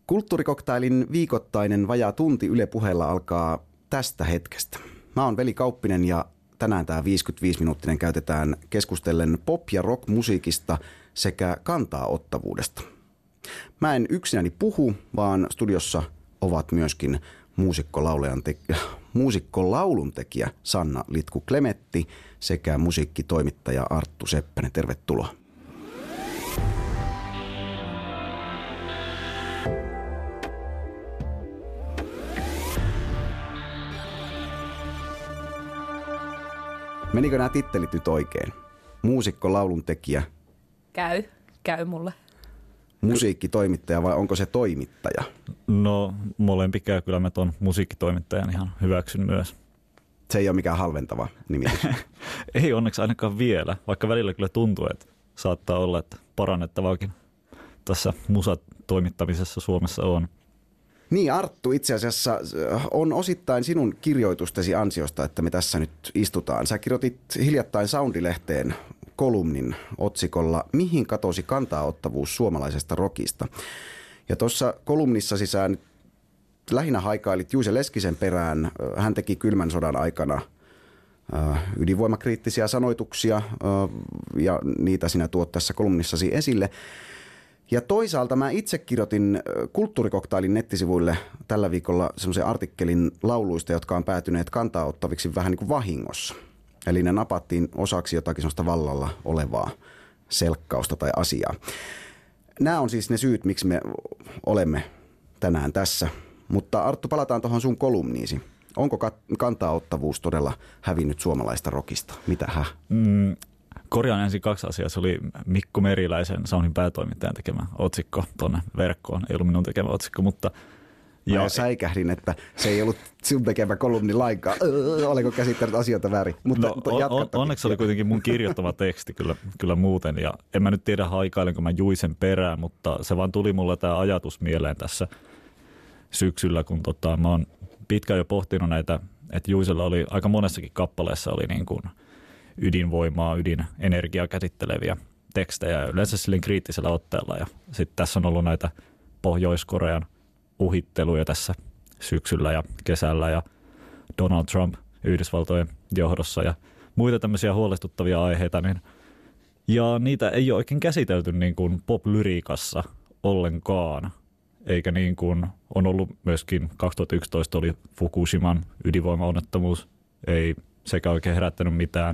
Kulttuurikoktailin viikoittainen vajaa tunti Yle Puheella alkaa tästä hetkestä. Mä oon Veli Kauppinen ja tänään tää 55-minuuttinen käytetään keskustellen pop- ja rock-musiikista sekä kantaa-ottavuudesta. Mä en yksinäni puhu, vaan studiossa ovat myöskin muusikkolauluntekijä Sanna Litku-Klemetti sekä musiikkitoimittaja Arttu Seppänen. Tervetuloa. Menikö nämä tittelit nyt oikein? Muusikko, lauluntekijä. Käy mulle. Musiikkitoimittaja vai onko se toimittaja? No molempi käy, kyllä mä ton musiikkitoimittajan ihan hyväksyn myös. Se ei ole mikään halventava nimitys. Ei onneksi ainakaan vielä, vaikka välillä kyllä tuntuu, että saattaa olla, että parannettavaakin tässä musatoimittamisessa Suomessa on. Niin Arttu, itse asiassa on osittain sinun kirjoitustesi ansiosta, että me tässä nyt istutaan. Sä kirjoitit hiljattain Soundi-lehteen kolumnin otsikolla Mihin katosi kantaa-ottavuus suomalaisesta rockista? Ja tuossa kolumnissasi sä nyt lähinnä haikailit Juice Leskisen perään. Hän teki kylmän sodan aikana ydinvoimakriittisiä sanoituksia ja niitä sinä tuot tässä kolumnissasi esille. Ja toisaalta mä itse kirjoitin Kulttuurikoktailin nettisivuille tällä viikolla semmoisen artikkelin lauluista, jotka on päätyneet kantaa-ottaviksi vähän niin kuin vahingossa. Eli ne napattiin osaksi jotakin semmoista vallalla olevaa selkkausta tai asiaa. Nämä on siis ne syyt, miksi me olemme tänään tässä. Mutta Arttu, palataan tuohon sun kolumniisi. Onko kantaa-ottavuus todella hävinnyt suomalaista rockista? Mitähä? Korjaan ensin kaksi asiaa. Se oli Mikko Meriläisen Soundin päätoimittajan tekemä otsikko tuonne verkkoon. Ei ollut minun tekemä otsikko, mutta... Ja säikähdin, että se ei ollut sinun tekemä kolumni lainkaan. Olenko käsittänyt asioita väärin? Mutta onneksi oli kuitenkin mun kirjoittama teksti kyllä muuten. Ja en mä nyt tiedä haikailenko mä Juisen perään, mutta se vaan tuli mulle tämä ajatus mieleen tässä syksyllä, kun mä oon pitkään jo pohtinut näitä, että Juisella oli aika monessakin kappaleessa oli niin kuin ydinvoimaa, ydinenergiaa käsitteleviä tekstejä yleensä silleen kriittisellä otteella. Ja sitten tässä on ollut näitä Pohjois-Korean uhitteluja tässä syksyllä ja kesällä ja Donald Trump Yhdysvaltojen johdossa ja muita tämmöisiä huolestuttavia aiheita. Ja niitä ei ole oikein käsitelty niin kuin pop-lyriikassa ollenkaan. Eikä niin kuin on ollut myöskin 2011 oli Fukushiman ydinvoimaonnettomuus. Ei sekä oikein herättänyt mitään.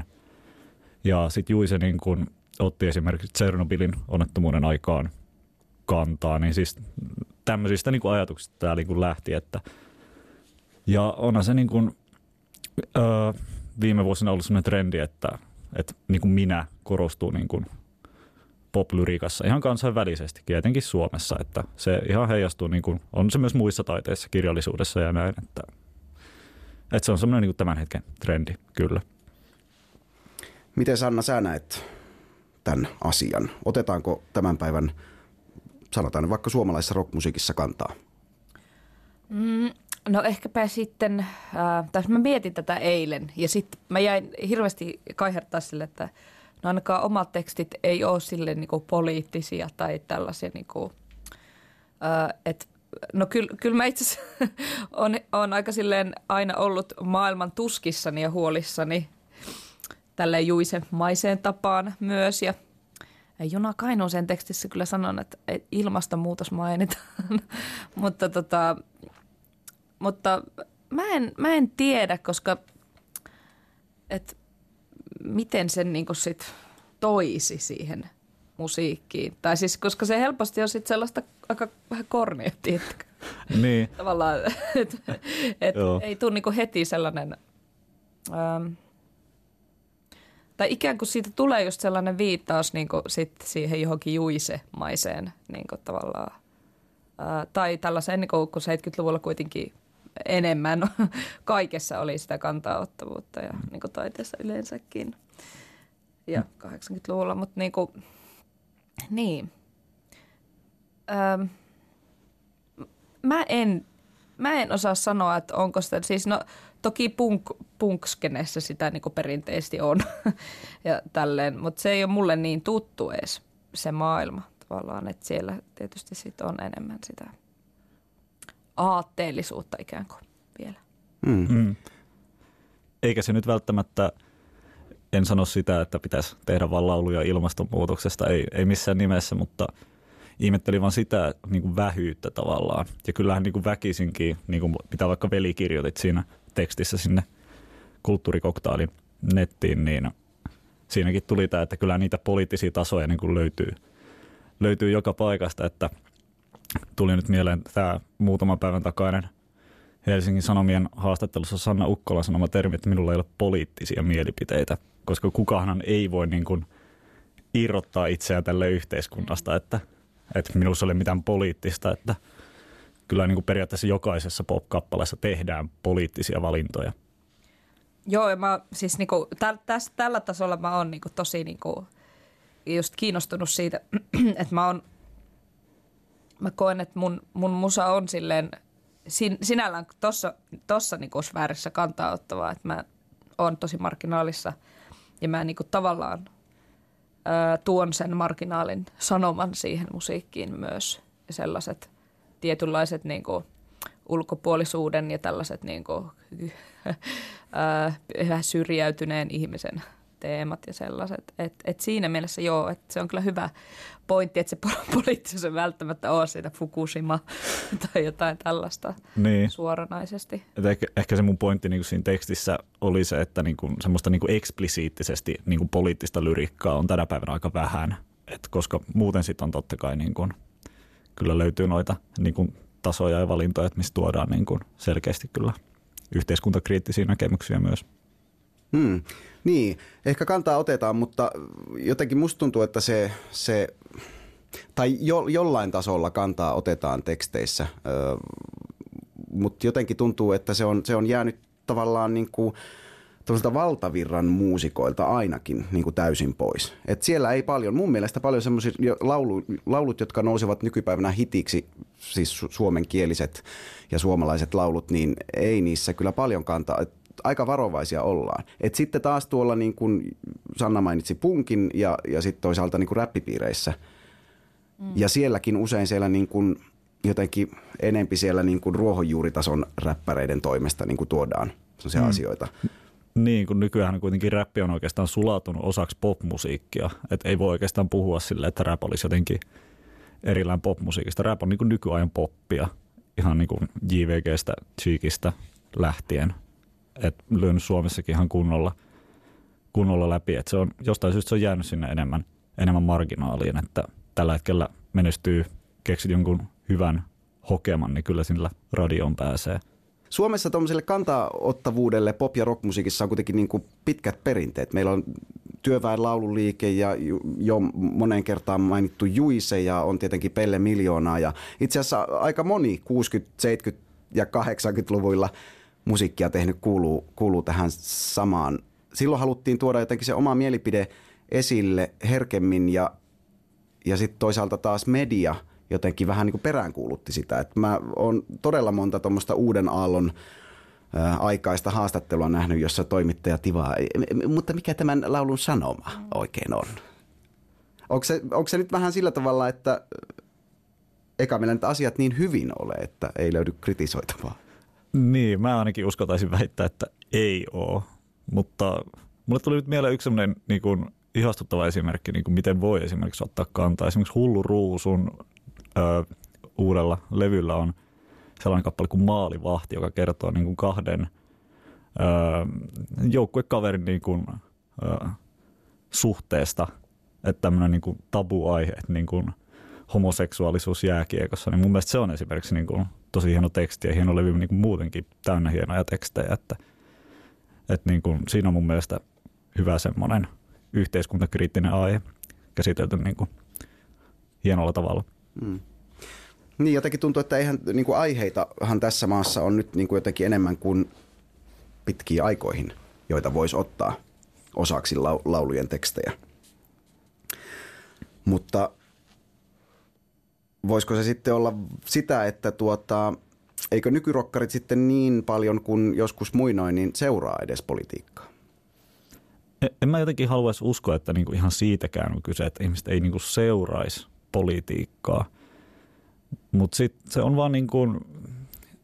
Ja sitten Juise niin kun otti esimerkiksi Tsernobylin onnettomuuden aikaan kantaa, niin siis tämmöisistä niin kun ajatuksista tämä niin kun lähti. Ja onhan se niin kun, viime vuosina ollut sellainen trendi, että niin kun minä korostuu niin kun pop-lyriikassa ihan kansainvälisestikin, etenkin Suomessa. Että se ihan heijastuu, niin kun, on se myös muissa taiteissa, kirjallisuudessa ja näin, että se on semmoinen niin kuin tämän hetken trendi, kyllä. Miten Sanna sä näet tämän asian? Otetaanko tämän päivän, sanotaan vaikka suomalaisessa rockmusiikissa kantaa? No ehkäpä sitten, mä mietin tätä eilen ja sitten mä jäin hirveästi kaihertaa sille, että no ainakaan omat tekstit ei ole sille niin kuin poliittisia tai tällaisia, niin kuin, että no kyllä mä itse asiassa on aika silleen aina ollut maailman tuskissani ja huolissani tälleen Juise-maiseen tapaan myös. Ja Juna Kainuuseen tekstissä kyllä sanon, että ilmastonmuutos mainitaan, mutta mä en tiedä, koska miten sen niin kuin sit toisi siihen musiikkiin. Tai siis, koska se helposti on sitten sellaista aika vähän kornia, tiettäkö? Niin. Tavallaan, että ei tule niinku heti sellainen, tai ikään kuin siitä tulee just sellainen viittaus niinku sit siihen johonkin Juise-maiseen niinku tavallaan. Tai tällaiseen, niinku, kun 70-luvulla kuitenkin enemmän kaikessa oli sitä kantaa-ottavuutta ja niinku taiteessa yleensäkin. Ja 80-luvulla, mutta niinku, niin. Mä en osaa sanoa, että onko sitä, siis no toki punkskenessä sitä niin kuin perinteisesti on ja tälleen, mutta se ei ole mulle niin tuttu edes se maailma tavallaan, että siellä tietysti sit on enemmän sitä aatteellisuutta ikään kuin vielä. Eikä se nyt välttämättä, en sano sitä, että pitäisi tehdä vaan lauluja ilmastonmuutoksesta, ei missään nimessä, mutta ihmettelin vaan sitä niin kuin vähyyttä tavallaan. Ja kyllähän niin kuin väkisinkin, niin kuin mitä vaikka veli kirjoitit siinä tekstissä sinne kulttuurikoktailin nettiin, niin siinäkin tuli tämä, että kyllä niitä poliittisia tasoja niin kuin löytyy joka paikasta, että tuli nyt mieleen tämä muutaman päivän takainen Helsingin Sanomien haastattelussa Sanna Ukkolan sanoma termi, että minulla ei ole poliittisia mielipiteitä, koska kukaanhan ei voi niin kuin irrottaa itseään tälle yhteiskunnasta, että minussa ei ole mitään poliittista, että kyllä niin kuin periaatteessa jokaisessa pop-kappaleessa tehdään poliittisia valintoja. Joo, ja mä siis niinku, tällä tasolla mä oon niinku tosi niinku just kiinnostunut siitä, että mä koen, että mun musa on silleen sinällään tossa niinku sfäärissä kantaa ottavaa, että mä oon tosi marginaalissa ja mä niinku tavallaan tuon sen marginaalin sanoman siihen musiikkiin myös ja sellaiset tietynlaiset niinku ulkopuolisuuden ja tällaiset niinku syrjäytyneen ihmisen teemat ja sellaiset. Et siinä mielessä joo, että se on kyllä hyvä pointti, että se poliittisuus ei välttämättä ole siitä Fukushima tai jotain tällaista suoranaisesti. Ehkä se mun pointti niin kuin siinä tekstissä oli se, että niin kuin, semmoista niin kuin eksplisiittisesti niin kuin poliittista lyriikkaa on tänä päivänä aika vähän, koska muuten sitten on totta kai niin kuin, kyllä löytyy noita niin kuin tasoja ja valintoja, mistä tuodaan niin kuin selkeästi kyllä yhteiskuntakriittisiä näkemyksiä myös. Niin, ehkä kantaa otetaan, mutta jotenkin musta tuntuu, että tai jollain tasolla kantaa otetaan teksteissä, mutta jotenkin tuntuu, että se on jäänyt tavallaan niin kuin valtavirran muusikoilta ainakin niin kuin täysin pois. Et siellä ei paljon, mun mielestä paljon semmoisia laulut, jotka nousevat nykypäivänä hitiksi, siis suomenkieliset ja suomalaiset laulut, niin ei niissä kyllä paljon kantaa. Aika varovaisia ollaan. Et sitten taas tuolla, niin kuin Sanna mainitsi, punkin ja sitten toisaalta niin kuin räppipiireissä. Ja sielläkin usein siellä niin kuin jotenkin enempi siellä niin kuin ruohonjuuritason räppäreiden toimesta niin kuin tuodaan sellaisia asioita. Niin, kun nykyään kuitenkin räppi on oikeastaan sulatunut osaksi popmusiikkia. Että ei voi oikeastaan puhua silleen, että rap olisi jotenkin erillään popmusiikista. Rap on niin kuin nykyajan poppia, ihan niin kuin JVGstä, Cheekistä lähtien. Että lyönyt Suomessakin ihan kunnolla läpi. Että se on, jostain syystä se on jäänyt sinne enemmän marginaaliin, että tällä hetkellä menestyy, keksit jonkun hyvän hokeman, niin kyllä sillä radioon pääsee. Suomessa tuollaiselle kantaottavuudelle pop- ja rockmusiikissa on kuitenkin niin kuin pitkät perinteet. Meillä on työväen laululiike ja jo moneen kertaan mainittu Juise ja on tietenkin Pelle Miljoonaa. Ja itse asiassa aika moni 60-, 70- ja 80-luvuilla musiikkia tehnyt kuuluu tähän samaan. Silloin haluttiin tuoda jotenkin se oma mielipide esille herkemmin ja sitten toisaalta taas media jotenkin vähän niin kuin peräänkuulutti sitä. Et mä oon todella monta tuommoista uuden aallon aikaista haastattelua nähnyt, jossa toimittaja tivaa. Mutta mikä tämän laulun sanoma oikein on? Onko se nyt vähän sillä tavalla, että eka meillä nyt asiat niin hyvin ole, että ei löydy kritisoitavaa? Niin, mä ainakin uskaltaisin väittää, että ei ole. Mutta mulle tuli nyt mieleen yksi sellainen niin kuin ihastuttava esimerkki, niin kuin miten voi esimerkiksi ottaa kantaa. Esimerkiksi Hullu Ruusun uudella levyllä on sellainen kappale kuin Maalivahti, joka kertoo niin kuin kahden joukkuekaverin niin kuin, suhteesta. Että tämmöinen niin kuin tabuaihe, niin kuin homoseksuaalisuus jääkiekossa, niin mun mielestä se on esimerkiksi niin kuin tosi hieno teksti ja hieno levy niin kuin muutenkin täynnä hienoja tekstejä, että niin kuin siinä on mun mielestä hyvä semmoinen yhteiskuntakriittinen aihe käsitelty niin kuin hienolla tavalla. Niin jotenkin tuntuu, että eihän niin kuin aiheitahan tässä maassa on nyt niin kuin jotenkin enemmän kuin pitkiin aikoihin, joita voisi ottaa osaksi laulujen tekstejä. Mutta voisiko se sitten olla sitä, että eikö nykyrokkarit sitten niin paljon kuin joskus muinoin niin seuraa edes politiikkaa? En mä jotenkin haluaisi uskoa, että niinku ihan siitäkään on kyse, että ihmiset ei niinku seuraisi politiikkaa. Mutta sitten se on vaan niinku,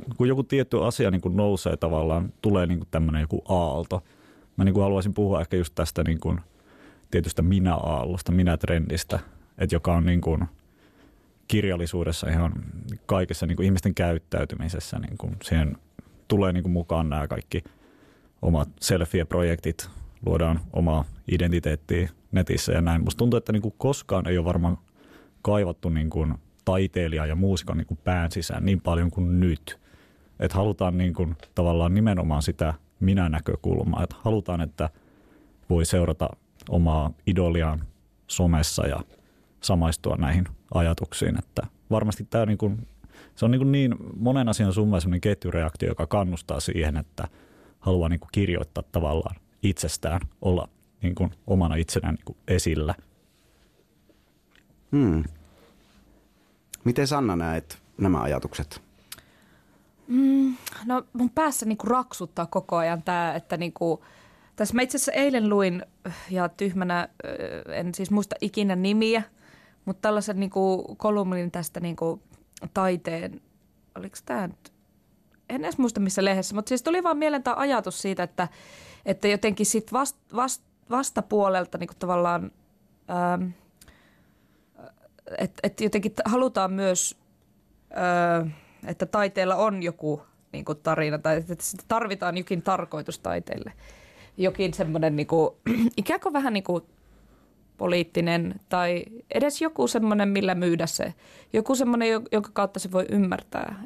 kun joku tietty asia niin kuin nousee tavallaan, tulee niin kuin tämmöinen joku aalto. Mä niin kuin haluaisin puhua ehkä just tästä niin kuin tietystä minä-aallosta, minä-trendistä, että joka on niin kuin kirjallisuudessa ihan kaikessa niin kuin ihmisten käyttäytymisessä. Niin kuin siihen tulee niin kuin mukaan nämä kaikki omat selfie-projektit, luodaan omaa identiteettiä netissä ja näin. Musta tuntuu, että niin kuin koskaan ei ole varmaan kaivattu niin kuin taiteilijan ja muusikon niin kuin pään sisään niin paljon kuin nyt. Että halutaan niin kuin tavallaan nimenomaan sitä minä-näkökulmaa. Että halutaan, että voi seurata omaa idoliaan somessa ja samaistua näihin ajatuksiin. Että varmasti tämä niin kuin, se on niin monen asian summa sellainen ketjureaktio, joka kannustaa siihen, että haluaa niin kuin kirjoittaa tavallaan itsestään, olla niin kuin omana itsenään niin kuin esillä. Miten Sanna näet nämä ajatukset? No mun päässä niinku raksuttaa koko ajan tämä, että niinku, tässä mä itse asiassa eilen luin, ja tyhmänä, en siis muista ikinä nimiä, mutta tällaisen niinku kolumnin tästä niinku taiteen, oliko tämä nyt, en edes muista missä lehdessä, mutta siis tuli vaan mieleen tämä ajatus siitä, että jotenkin sit vastapuolelta niinku tavallaan, että jotenkin halutaan myös, että taiteella on joku niin kuin tarina tai että tarvitaan jokin tarkoitus taiteelle. Jokin semmoinen niin kuin, ikään kuin vähän niin kuin poliittinen tai edes joku semmoinen, millä myydä se. Joku semmoinen, jonka kautta se voi ymmärtää.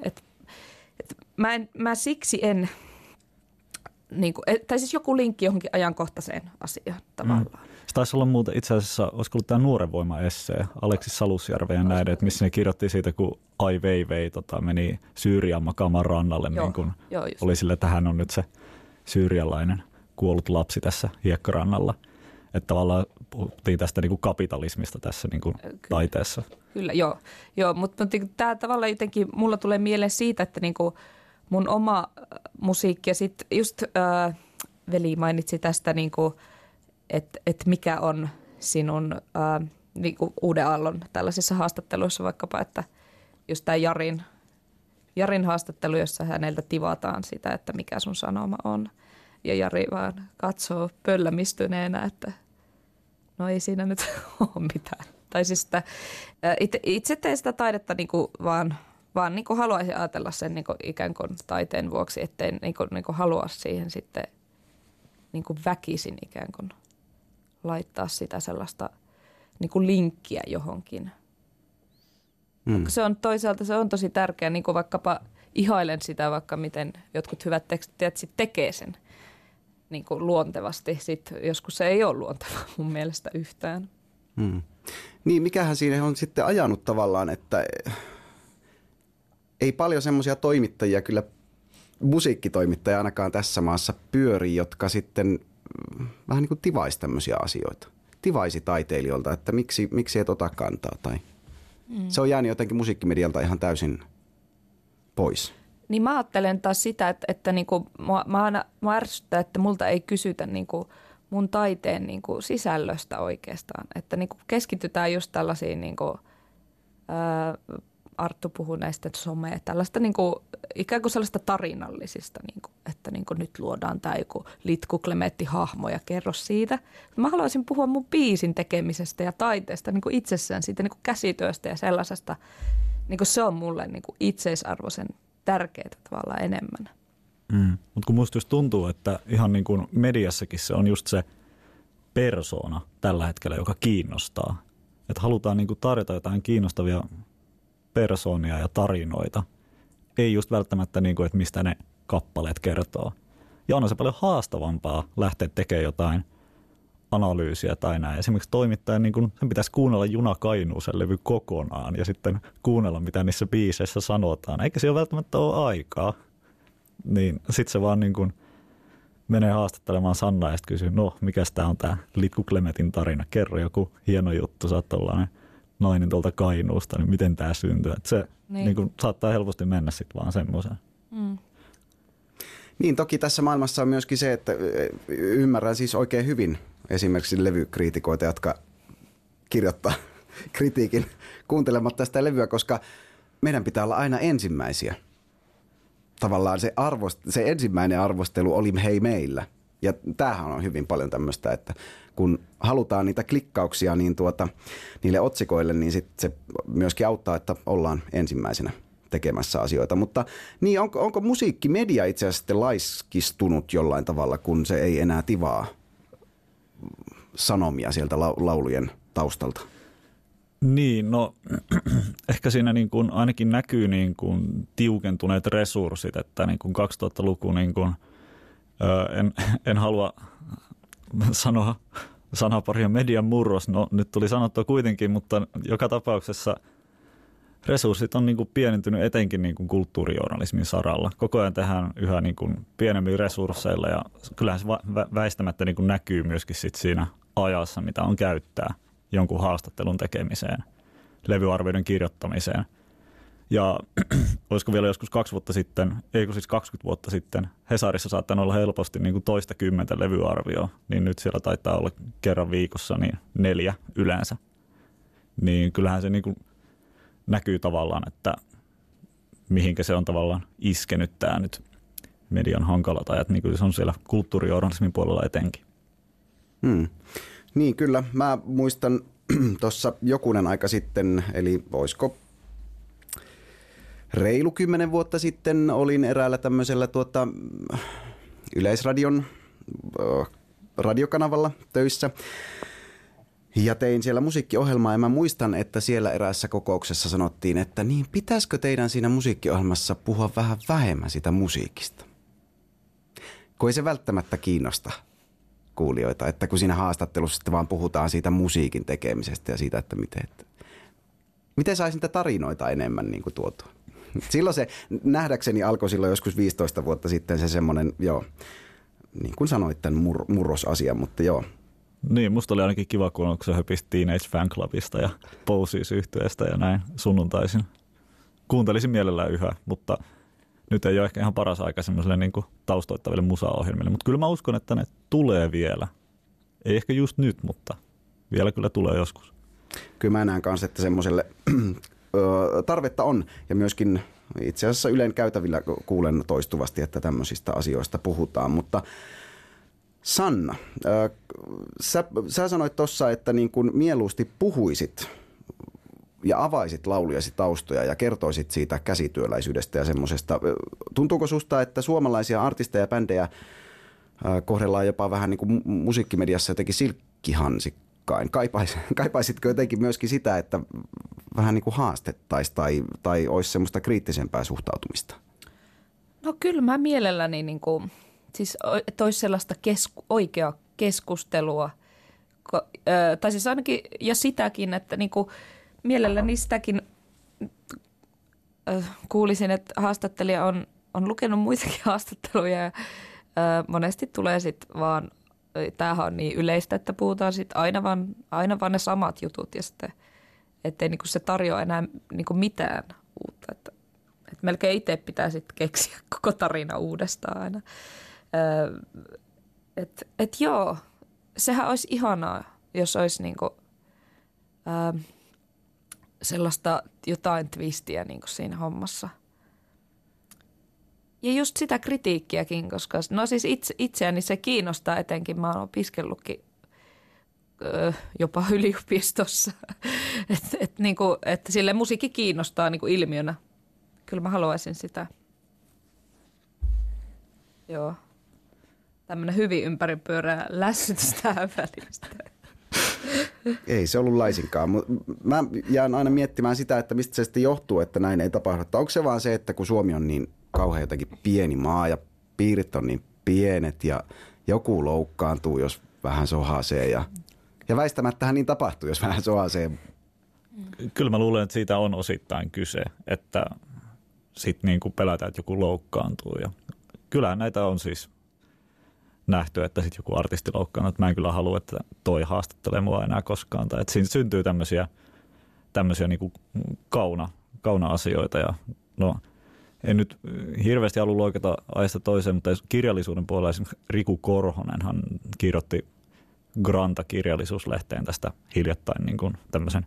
Mä siksi en, niin kuin, tai siis joku linkki johonkin ajankohtaiseen asiaan tavallaan. Se taisi olla muuten itse asiassa, olisiko ollut tämä Nuoren voima-essee, Aleksis Salusjärven ja näiden, että missä ne kirjoitti siitä, kun Ai Weiwei meni Syyrian makaamaan rannalle, niin kun oli sille, että hän on nyt se syyrialainen kuollut lapsi tässä hiekkarannalla. Että tavallaan puhuttiin tästä niin kuin kapitalismista tässä niin kuin taiteessa. Kyllä, joo, mutta tämä tavallaan jotenkin, mulla tulee mieleen siitä, että niin kuin mun oma musiikki ja sitten just veli mainitsi tästä niin kuin että mikä on sinun niin kuin Uuden Aallon tällaisissa haastatteluissa vaikkapa, että just tämä Jarin haastattelu, jossa häneltä tivataan sitä, että mikä sun sanoma on. Ja Jari vaan katsoo pöllämistyneenä, että no ei siinä nyt ole mitään. Tai siis sitä, itse teen sitä taidetta niin kuin vaan niin kuin haluaisin ajatella sen niin kuin ikään kuin taiteen vuoksi, ettei niin kuin halua siihen sitten niin kuin väkisin ikään kuin laittaa sitä sellaista niin kuin linkkiä johonkin. Se on toisaalta se on tosi tärkeää, niin kuin vaikkapa ihailen sitä vaikka miten jotkut hyvät tekstit sit tekee sen niin kuin luontevasti. Sitten joskus se ei ole luonteva mun mielestä yhtään. Niin, mikähän siinä on sitten ajanut tavallaan, että ei paljon semmoisia toimittajia kyllä, musiikkitoimittajia ainakaan tässä maassa pyörii, jotka sitten vähän niin kuin tivaisi tämmöisiä asioita. Tivaisi taiteilijoilta, että miksi et ota kantaa tai se on jäänyt jotenkin musiikkimedialta ihan täysin pois. Niin mä ajattelen taas sitä, että niinku, mä ärsyttää, että multa ei kysytä niinku mun taiteen niinku sisällöstä oikeastaan. Että niinku keskitytään just tällaisiin, niinku, Arttu puhui näistä somea, tällaista niinku, ikään kuin sellaista tarinallisista, niinku, että niinku nyt luodaan tämä joku Litku Klemetti-hahmo ja kerro siitä. Mä haluaisin puhua mun biisin tekemisestä ja taiteesta niinku itsessään, siitä niinku käsityöstä ja sellaisesta. Niinku se on mulle niinku itseisarvoisen tärkeää tavallaan enemmän. Mutta kun musta just tuntuu, että ihan niin kuin mediassakin se on just se persoona tällä hetkellä, joka kiinnostaa. Että halutaan niin kuin tarjota jotain kiinnostavia persoonia ja tarinoita. Ei just välttämättä niin kuin, että mistä ne kappaleet kertoo. Ja on se paljon haastavampaa lähteä tekemään jotain analyysiä tai näin. Esimerkiksi toimittajan niin kun, sen pitäisi kuunnella Juna Kainuusen levy kokonaan ja sitten kuunnella, mitä niissä biiseissä sanotaan. Eikä se ole välttämättä ole aikaa. Niin sitten se vaan niin kun menee haastattelemaan Sannaa ja sitten kysyy, no mikäs tää on tää Litku Klemetin tarina. Kerro joku hieno juttu, sä oot tollainen nainen tuolta Kainuusta, niin miten tää syntyy. Et se niin kun, saattaa helposti mennä sitten vaan semmoiseen. Niin, toki tässä maailmassa on myöskin se, että ymmärrän siis oikein hyvin esimerkiksi levykriitikoita, jotka kirjoittaa kritiikin kuuntelematta sitä levyä, koska meidän pitää olla aina ensimmäisiä tavallaan se ensimmäinen arvostelu oli hei meillä. Ja tämähän on hyvin paljon tämmöistä, että kun halutaan niitä klikkauksia niin niille otsikoille, niin sit se myöskin auttaa, että ollaan ensimmäisenä tekemässä asioita. Mutta niin, onko musiikkimedia itse asiassa sitten laiskistunut jollain tavalla, kun se ei enää tivaa sanomia sieltä laulujen taustalta? Niin, no ehkä siinä niin kuin ainakin näkyy niin kuin tiukentuneet resurssit, että niin kuin 2000-luku niin kuin, en halua sanoa sanaparia median murros, no nyt tuli sanottua kuitenkin, mutta joka tapauksessa resurssit on niin kuin pienentynyt etenkin niin kuin kulttuurijournalismin saralla. Koko ajan tehdään yhä niin kuin pienemmillä resursseilla ja kyllähän se väistämättä niin kuin näkyy myöskin sit siinä ajassa, mitä on käyttää jonkun haastattelun tekemiseen, levyarvioiden kirjoittamiseen. Ja olisiko vielä joskus 20 vuotta sitten, Hesarissa saattaa olla helposti niin kuin toista 10 levyarvioa, niin nyt siellä taitaa olla kerran viikossa niin 4 yleensä. Niin kyllähän se niin kuin näkyy tavallaan, että mihinkä se on tavallaan iskenyt tämä nyt median hankalat ajat, niin kuin se on siellä kulttuurijournalismin puolella etenkin. Niin kyllä, mä muistan tuossa jokunen aika sitten, eli olisiko reilu 10 vuotta sitten olin eräällä tämmöisellä Yleisradion radiokanavalla töissä. Ja tein siellä musiikkiohjelmaa ja mä muistan, että siellä eräässä kokouksessa sanottiin, että niin pitäisikö teidän siinä musiikkiohjelmassa puhua vähän vähemmän sitä musiikista. Kun ei se välttämättä kiinnosta kuulijoita, että kun siinä haastattelussa sitten vaan puhutaan siitä musiikin tekemisestä ja siitä, että miten saisi niitä tarinoita enemmän niin kuin tuotua. Silloin se nähdäkseni alkoi silloin joskus 15 vuotta sitten se semmoinen, niin kuin sanoit tämän murrosasia, mutta joo. Niin, musta oli ainakin kiva, kun se höpisti Teenage Fanclubista ja Posies-yhtyeestä ja näin sunnuntaisin. Kuuntelisin mielellään yhä, mutta nyt ei ole ehkä ihan paras aika semmoiselle niin kuin taustoittaville musaohjelmille. Mutta kyllä mä uskon, että ne tulee vielä. Ei ehkä just nyt, mutta vielä kyllä tulee joskus. Kyllä mä näen kanssa, että semmoiselle tarvetta on. Ja myöskin itse asiassa Ylen käytävillä kuulen toistuvasti, että tämmöisistä asioista puhutaan. Mutta Sanna, sä sanoit tuossa, että niin kun mieluusti puhuisit ja avaisit laulujasi taustoja ja kertoisit siitä käsityöläisyydestä ja semmoisesta. Tuntuuko susta, että suomalaisia artisteja ja bändejä kohdellaan jopa vähän niin kuin musiikkimediassa jotenkin silkkihansikkain? Kaipaisitko jotenkin myöskin sitä, että vähän niin kuin haastettaisiin tai olisi semmoista kriittisempää suhtautumista? No kyllä mä mielelläni niin kuin, siis että olisi sellaista oikeaa keskustelua, tai siis ainakin ja sitäkin, että niin kuin mielelläni sitäkin kuulisin, että haastattelija on lukenut muitakin haastatteluja ja monesti tulee sitten vaan, tämähän on niin yleistä, että puhutaan sitten aina vaan ne samat jutut ja sitten, ettei niinku se tarjoa enää niinku mitään uutta, että melkein itse pitää sitten keksiä koko tarina uudestaan aina. Et joo, sehän olisi ihanaa, jos olisi niinku sellaista jotain twistiä niin kuin siinä hommassa. Ja just sitä kritiikkiäkin, koska no siis itseäni se kiinnostaa etenkin. Mä oon opiskellutkin jopa yliopistossa, että sille musiikki kiinnostaa niin kuin ilmiönä. Kyllä mä haluaisin sitä. Joo. Tämmöinen hyvin ympäripyöreä lässytys tähän välistä. Ei se ollut laisinkaan. Mä jään aina miettimään sitä, että mistä se sitten johtuu, että näin ei tapahdu. Onko se vaan se, että kun Suomi on niin kauhean jotenkin pieni maa ja piirit on niin pienet ja joku loukkaantuu, jos vähän sohasee ja väistämättähän niin tapahtuu, jos vähän sohasee. Kyllä mä luulen, että siitä on osittain kyse, että sitten niin kuin pelätään, että joku loukkaantuu. Ja kyllähän näitä on siis nähty, että sitten joku artisti loukkaantuu, että mä en kyllä halua, että toi haastattelee mua enää koskaan. Tai että siinä syntyy tämmöisiä niin kuin kauna-asioita. Ja no, en nyt hirveästi halua loikata ajasta toiseen, mutta kirjallisuuden puolella esimerkiksi Riku Korhonenhan kirjoitti Granta-kirjallisuuslehteen tästä hiljattain niin kuin tämmöisen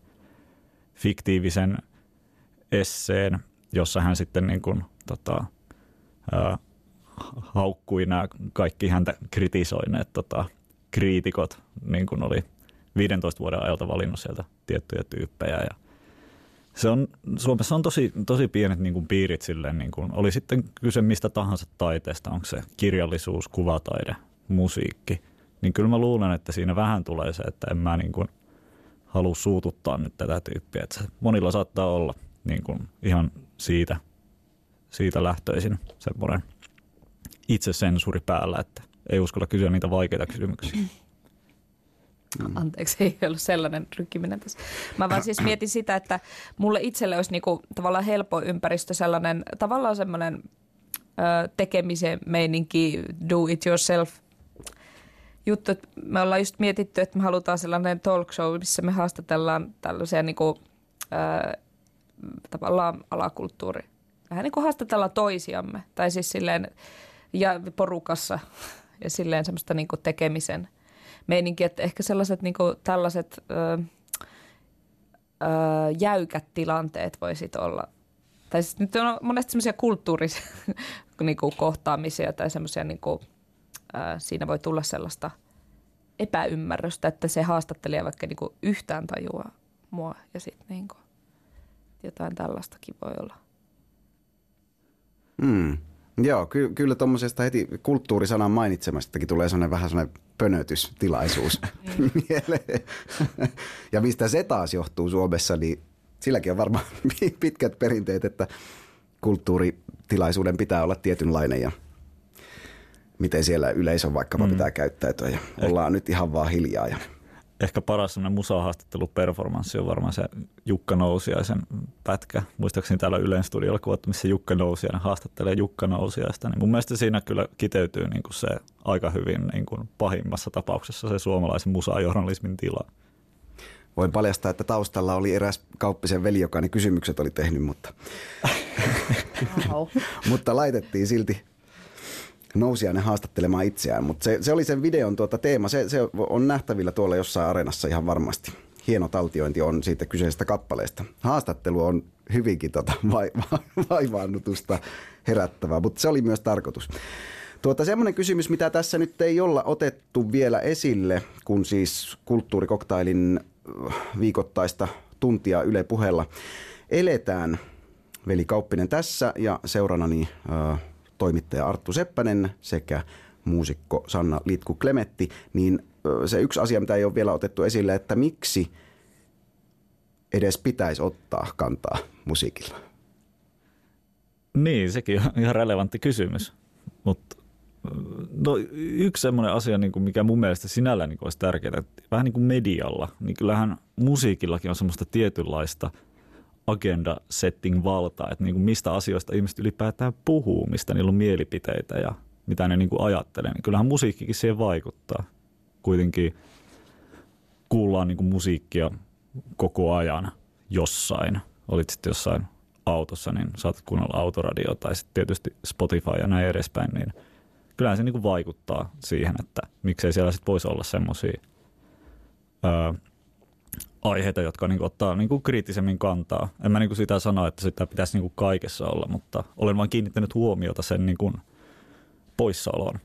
fiktiivisen esseen, jossa hän sitten niin kuin, haukkui nämä kaikki häntä kritisoineet kriitikot, niin kuin oli 15 vuoden ajalta valinnut sieltä tiettyjä tyyppejä. Ja Suomessa on tosi pienet niin kuin piirit silleen, niin kuin, oli sitten kyse mistä tahansa taiteesta, onko se kirjallisuus, kuvataide, musiikki, niin kyllä mä luulen, että siinä vähän tulee se, että en mä niin kuin halua suututtaa nyt tätä tyyppiä. Että monilla saattaa olla niin kuin ihan siitä lähtöisin semmoinen itsesensuuri päällä, että ei uskalla kysyä niitä vaikeita kysymyksiä. Anteeksi, ei ollut sellainen rykkiminen tässä. Mä vaan siis mietin sitä, että mulle itselle olisi niinku tavallaan helppo ympäristö sellainen, tavallaan semmoinen tekemisen meininki, do it yourself juttu. Me ollaan just mietitty, että me halutaan sellainen talk show, missä me haastatellaan tällaisia niinku, tavallaan alakulttuuri. Vähän niin kuin haastatellaan toisiamme, tai siis silleen, ja porukassa, ja silleen semmoista niinku tekemisen meininki, että ehkä sellaiset niinku tällaiset jäykät tilanteet voisit olla. Tai siis nyt on monesti semmoisia kulttuurisia niinku kohtaamisia tai semmoisia, niinku, siinä voi tulla sellaista epäymmärrystä, että se haastattelija vaikka niinku yhtään tajua mua ja sitten niinku, jotain tällaistakin voi olla. Joo, kyllä tuommoisesta heti kulttuurisanan mainitsemastakin tulee vähän sellainen pönötystilaisuus mieleen. Ja mistä se taas johtuu Suomessa, niin silläkin on varmaan pitkät perinteet, että kulttuuritilaisuuden pitää olla tietynlainen ja miten siellä yleisön vaikkapa pitää käyttäytyä ja ollaan nyt ihan vaan hiljaa. Ehkä paras semmoinen musahaastatteluperformanssi on varmaan se Jukka Nousiaisen pätkä. Muistaakseni täällä Ylen studiolla kuvattu, missä Jukka Nousiainen haastattelee Jukka Nousiaista. Niin mun mielestä siinä kyllä kiteytyy niin kuin se aika hyvin niin kuin pahimmassa tapauksessa se suomalaisen musajournalismin tila. Voin paljastaa, että taustalla oli eräs Kauppisen veli, joka ne kysymykset oli tehnyt, mutta laitettiin silti Nousiainen haastattelemaan itseään, mutta se oli sen videon teema. Se on nähtävillä tuolla jossain areenassa ihan varmasti. Hieno taltiointi on siitä kyseisestä kappaleesta. Haastattelu on hyvinkin vaivaannutusta herättävää, mutta se oli myös tarkoitus. Semmoinen kysymys, mitä tässä nyt ei olla otettu vielä esille, kun siis Kulttuurikoktailin viikoittaista tuntia Yle Puheella eletään. Veli Kauppinen tässä ja seurannani toimittaja Arttu Seppänen sekä muusikko Sanna Litku-Klemetti, niin se yksi asia, mitä ei ole vielä otettu esille, että miksi edes pitäisi ottaa kantaa musiikilla? Niin, sekin on ihan relevantti kysymys, mutta yksi semmoinen asia, mikä mun mielestä sinällään olisi tärkeää, että vähän niin kuin medialla, niin kyllähän musiikillakin on semmoista tietynlaista agenda-setting-valtaa, että mistä asioista ihmiset ylipäätään puhuu, mistä niillä on mielipiteitä ja mitä ne ajattelee. Niin kyllähän musiikkikin siihen vaikuttaa. Kuitenkin kuullaan musiikkia koko ajan jossain. Olit sitten jossain autossa, niin saatat kuunnella autoradio tai sitten tietysti Spotify ja näin edespäin. Niin kyllähän se vaikuttaa siihen, että miksei siellä sitten voisi olla semmoisia aiheita, jotka ottaa kriittisemmin kantaa. En mä sitä sano, että sitä pitäisi kaikessa olla, mutta olen vain kiinnittänyt huomiota sen poissaoloon.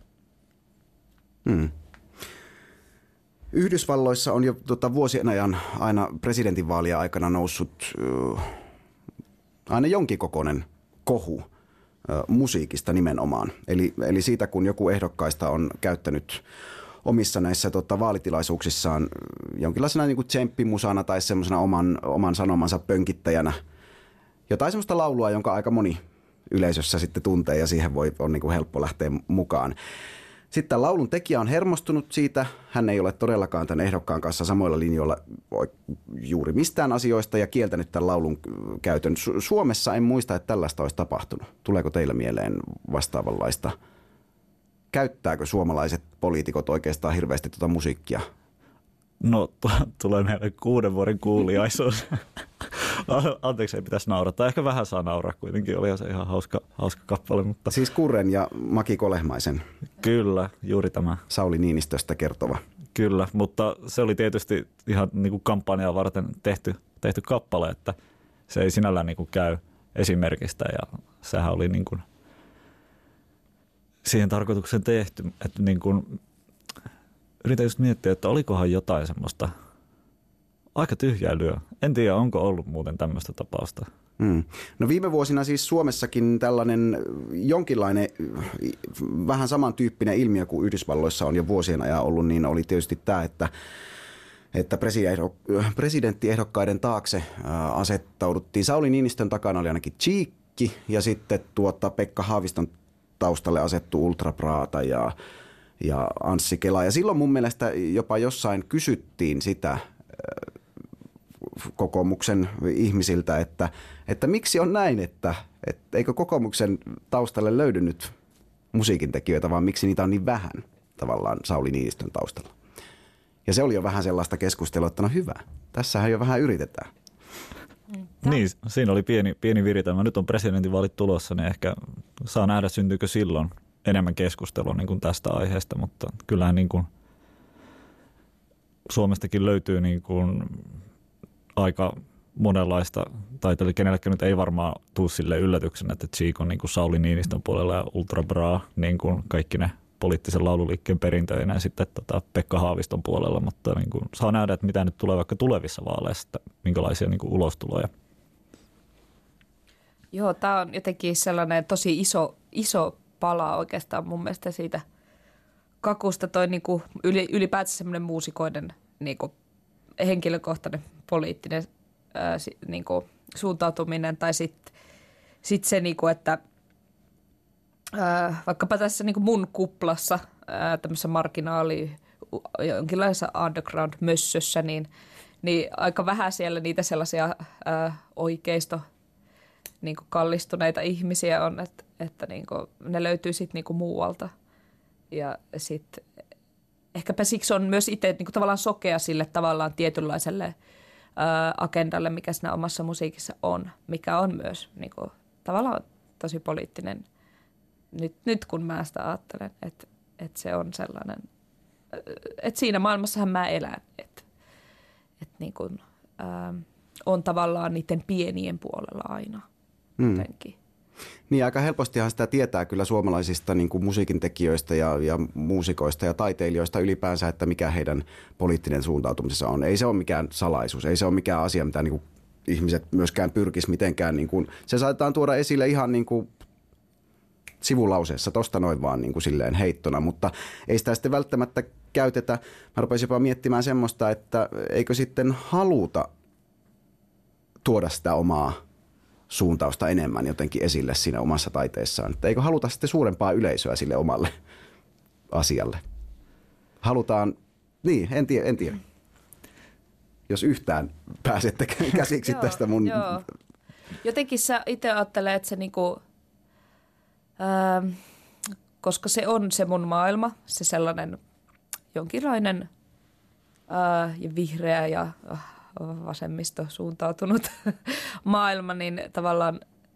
Yhdysvalloissa on jo vuosien ajan aina presidentinvaalien aikana noussut aina jonkin kokoinen kohu musiikista nimenomaan. Eli siitä, kun joku ehdokkaista on käyttänyt omissa näissä vaalitilaisuuksissaan jonkinlaisena tsemppimusana tai semmoisena oman sanomansa pönkittäjänä. Jotain semmoista laulua, jonka aika moni yleisössä sitten tuntee ja siihen on helppo lähteä mukaan. Sitten laulun tekijä on hermostunut siitä. Hän ei ole todellakaan tämän ehdokkaan kanssa samoilla linjoilla juuri mistään asioista ja kieltänyt tämän laulun käytön. Suomessa en muista, että tällaista olisi tapahtunut. Tuleeko teillä mieleen vastaavanlaista? Käyttääkö suomalaiset poliitikot oikeastaan hirveästi musiikkia? No, tulee meille 6 vuoden kuuliaisuus. Anteeksi, ei pitäisi naurata. Ehkä vähän saa nauraa kuitenkin. Oli se ihan hauska kappale. Mutta... Siis Kurren ja Maki Kolehmaisen. Kyllä, juuri tämä. Sauli Niinistöstä kertova. Kyllä, mutta se oli tietysti ihan kampanjaa varten tehty kappale, että se ei sinällään käy esimerkistä. Ja sehän oli siihen tarkoitukseen tehty. Että niin kuin, yritän just miettiä, että olikohan jotain semmoista aika tyhjäilyä. En tiedä, onko ollut muuten tämmöistä tapausta. No viime vuosina siis Suomessakin tällainen jonkinlainen vähän samantyyppinen ilmiö kuin Yhdysvalloissa on jo vuosien ajan ollut, niin oli tietysti tämä, että presidenttiehdokkaiden taakse asettauduttiin. Sauli Niinistön takana oli ainakin Cheekki ja sitten Pekka Haaviston taustalle asettu Ultra Prata ja Anssi Kela. Ja silloin mun mielestä jopa jossain kysyttiin sitä kokoomuksen ihmisiltä, että miksi on näin, että eikö kokoomuksen taustalle löydy nyt musiikintekijöitä, vaan miksi niitä on niin vähän tavallaan Sauli Niinistön taustalla. Ja se oli jo vähän sellaista keskustelua, että no hyvä, tässähän jo vähän yritetään. Niin, siinä oli pieni viritelmä. Nyt on presidentinvaalit tulossa, niin ehkä saa nähdä, syntyykö silloin enemmän keskustelua niin kuin tästä aiheesta, mutta kyllähän niin kuin Suomestakin löytyy niin kuin aika monenlaista taiteilijoita, kenellekään nyt ei varmaan tule sille yllätyksenä, että Cheek on niin kuin Sauli Niinistön puolella ja Ultra Bra, niin kuin kaikki ne poliittisen laululiikkeen perintöinä ja sitten Pekka Haaviston puolella, mutta niin kuin saa nähdä, että mitä nyt tulee vaikka tulevissa vaaleissa, että minkälaisia niin kuin ulostuloja. Joo, tämä on jotenkin sellainen tosi iso pala oikeastaan mun mielestä siitä kakusta, toi niin kuin ylipäätään semmoinen muusikoiden niin kuin henkilökohtainen poliittinen niin kuin suuntautuminen tai sitten se, niin kuin, että vaikkapa tässä niin kuin mun kuplassa, tämmöisessä jonkinlaisessa underground-mössössä, niin aika vähän siellä niitä sellaisia oikeisto niin kuin kallistuneita ihmisiä on, että niin kuin ne löytyy sitten niin kuin muualta. Ja sitten ehkäpä siksi on myös itse niin kuin tavallaan sokea sille tavallaan tietynlaiselle agendalle, mikä siinä omassa musiikissa on, mikä on myös niin kuin, tavallaan tosi poliittinen. Nyt kun mä sitä ajattelen, että se on sellainen, että siinä maailmassahan mä elän, että niin kuin, on tavallaan niiden pienien puolella aina jotenkin. Niin aika helpostihan sitä tietää kyllä suomalaisista niin kuin musiikintekijöistä ja muusikoista ja taiteilijoista ylipäänsä, että mikä heidän poliittinen suuntautumisensa on. Ei se ole mikään salaisuus, ei se ole mikään asia, mitä niin kuin ihmiset myöskään pyrkisi mitenkään. Niin kuin, se saatetaan tuoda esille ihan niin kuin sivulauseessa, tosta noin vaan niin kuin silleen heittona, mutta ei sitä sitten välttämättä käytetä. Mä rupesin jopa miettimään semmoista, että eikö sitten haluta tuoda sitä omaa suuntausta enemmän jotenkin esille siinä omassa taiteessaan. Että eikö haluta sitten suurempaa yleisöä sille omalle asialle? Halutaan, niin, en tiedä. Jos yhtään pääsette käsiksi tästä mun... Joo. Jotenkin sä itse ajattelee, että se niinku, koska se on se mun maailma, se sellainen jonkinlainen ja vihreä ja vasemmisto suuntautunut maailma, niin tavallaan,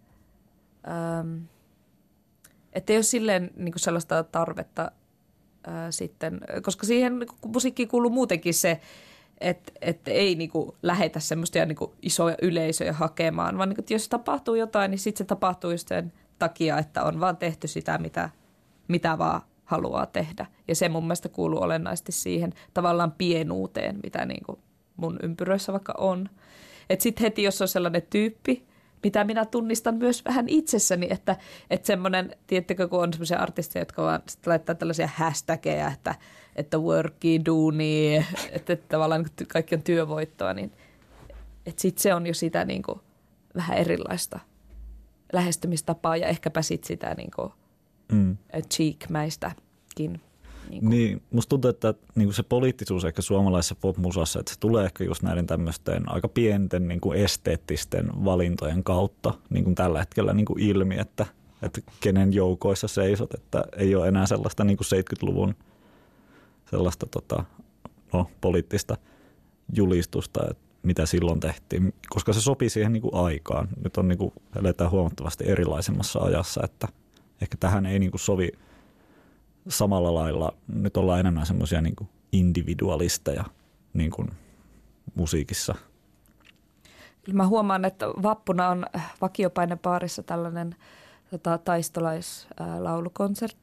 että ei ole silleen niin kuin sellaista tarvetta sitten, koska siihen musiikkiin kuuluu muutenkin se, että ei niin kuin lähetä semmoista niin kuin isoja yleisöjä hakemaan, vaan niin kuin, että jos tapahtuu jotain, niin sitten se tapahtuu just sen takia, että on vaan tehty sitä, mitä vaan haluaa tehdä. Ja se mun mielestä kuuluu olennaisesti siihen tavallaan pienuuteen, mitä niin kuin mun ympyröissä vaikka on. Että sitten heti, jos on sellainen tyyppi, mitä minä tunnistan myös vähän itsessäni, että semmoinen, tiedättekö, kun on semmoisia artisteja, jotka vaan laittaa tällaisia hashtageja, että worki, duuni, että tavallaan kaikki on työvoittoa, niin että sitten se on jo sitä niin kuin vähän erilaista lähestymistapaa ja ehkäpä sitten sitä niin kuin cheek-mäistäkin. Niin, musta tuntuu, että niin se poliittisuus ehkä suomalaisessa popmusassa, että se tulee ehkä just näiden tämmöisten aika pienten niin kuin esteettisten valintojen kautta niin kuin tällä hetkellä niin kuin ilmi, että kenen joukoissa seisot, että ei ole enää sellaista niin kuin 70-luvun sellaista poliittista julistusta, että mitä silloin tehtiin, koska se sopii siihen niin kuin aikaan. Nyt on niin kuin, eletään huomattavasti erilaisemmassa ajassa, että ehkä tähän ei niin kuin sovi samalla lailla. Nyt ollaan enemmän semmoisia niin kuin individualisteja niin kuin musiikissa. Mä huomaan, että vappuna on vakiopainepaarissa tällainen taistolaislaulukonsertti.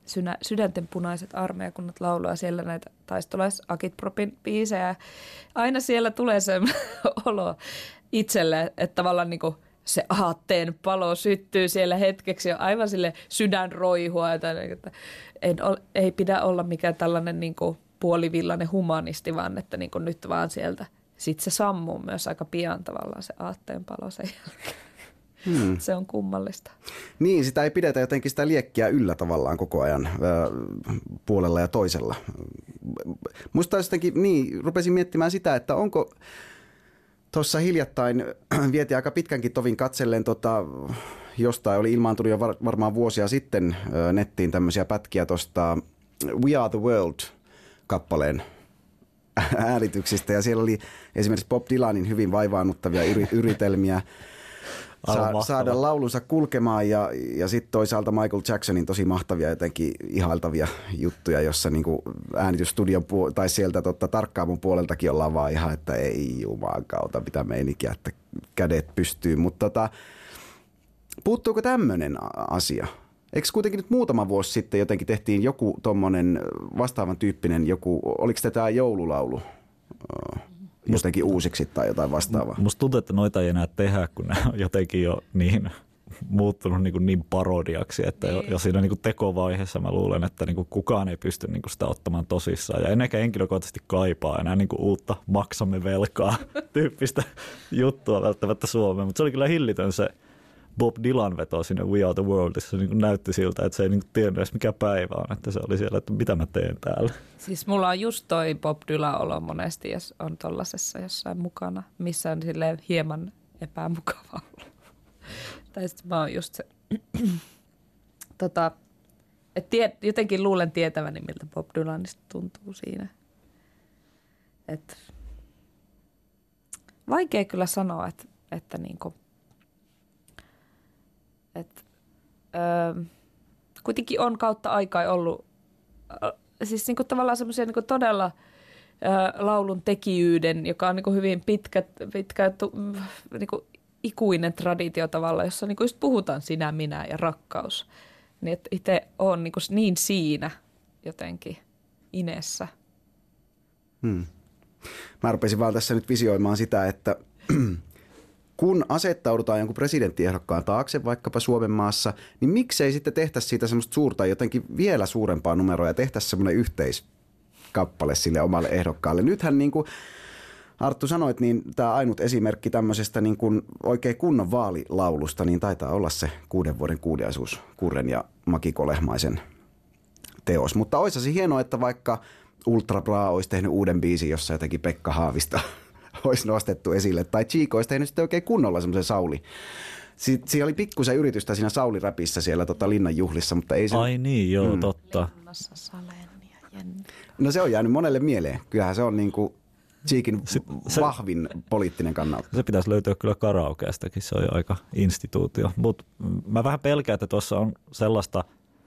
Sydänten punaiset armeijakunnat laulaa siellä näitä taistolais-agitpropin biisejä. Aina siellä tulee se olo itselle, että tavallaan niin kuin se aatteen palo syttyy siellä hetkeksi ja aivan sille sydän roihua. Että ei pidä olla mikään tällainen niin kuin puolivillainen humanisti, vaan että niin kuin nyt vaan sieltä. Sitten se sammuu myös aika pian tavallaan se aatteen palo sen jälkeen. Se on kummallista. Niin, sitä ei pidetä jotenkin sitä liekkiä yllä tavallaan koko ajan puolella ja toisella. Musta jotenkin, niin, rupesin miettimään sitä, että onko tuossa hiljattain vietiin aika pitkänkin tovin katsellen jostain, oli ilmaantunut jo varmaan vuosia sitten nettiin tämmöisiä pätkiä tuosta We Are the World-kappaleen äänityksistä ja siellä oli esimerkiksi Bob Dylanin hyvin vaivaannuttavia yritelmiä saada laulunsa kulkemaan ja sitten toisaalta Michael Jacksonin tosi mahtavia jotenkin ihailtavia juttuja, jossa niinku äänitysstudion tai sieltä tarkkaavun puoleltakin ollaan vaan ihan, että ei juman kautta mitä meininkiä, että kädet pystyy, mutta puuttuuko tämmöinen asia? Eikö kuitenkin nyt muutama vuosi sitten jotenkin tehtiin joku tommonen vastaavan tyyppinen oliko tämä joululaulu jotenkin uusiksi tai jotain vastaavaa? Musta tuntuu, että noita ei enää tehdä, kun ne on jotenkin jo niin muuttunut niin parodiaksi, että jo siinä niin tekovaiheessa mä luulen, että niin kukaan ei pysty niin sitä ottamaan tosissaan. Ja ennenkään henkilökohtaisesti kaipaa enää niin uutta maksamme velkaa tyyppistä juttua välttämättä Suomeen, mutta se oli kyllä hillitön se Bob Dylan veto sinne We Are the World, se niin näytti siltä, että se ei niin tiennyt edes mikä päivä on, että se oli siellä, että mitä mä teen täällä. Siis mulla on just toi Bob Dylan olo monesti, jos on tollasessa jossain mukana, missä on silleen hieman epämukava olo. Tai sitten mä oon just se, että jotenkin luulen tietäväni, miltä Bob Dylanista tuntuu siinä. Et vaikea kyllä sanoa, että niinku kuitenkin on kautta aikaa ollut siis niinku tavallaan semmoisia niinku todella laulun tekijyyden, joka on niinku hyvin pitkä niinku ikuinen traditio tavallaan, jossa niinku just puhutaan sinä, minä ja rakkaus. Niin että itse olen niinku niin siinä jotenkin inessä. Mä rupesin vaan tässä nyt visioimaan sitä, että kun asettaudutaan jonkun presidenttiehdokkaan taakse vaikkapa Suomen maassa, niin miksei sitten tehtäisi siitä semmoista suurta jotenkin vielä suurempaa numeroa ja tehtäisi semmoinen yhteiskappale sille omalle ehdokkaalle. Nythän niin kuin Arttu sanoit, niin tämä ainut esimerkki tämmöisestä niin kuin oikein kunnon vaalilaulusta, niin taitaa olla se 6 vuoden kuuliaisuus Kurren ja Maki Kolehmaisen teos. Mutta olisi hienoa, että vaikka Ultra Bra olisi tehnyt uuden biisin, jossa jotenkin Pekka Haavista olisi nostettu esille. Tai Chico olisi tehnyt sitten oikein kunnolla semmoisen Sauli. Siinä oli pikkusen yritystä siinä Sauli-räpissä siellä Linnan juhlissa, mutta ei se... Ai niin, joo, totta. No se on jäänyt monelle mieleen. Kyllähän se on niinku Cheekin vahvin poliittinen kannalta. Se pitäisi löytyä kyllä karaokeastakin, se on jo aika instituutio. Mutta mä vähän pelkään, että tuossa on sellaista,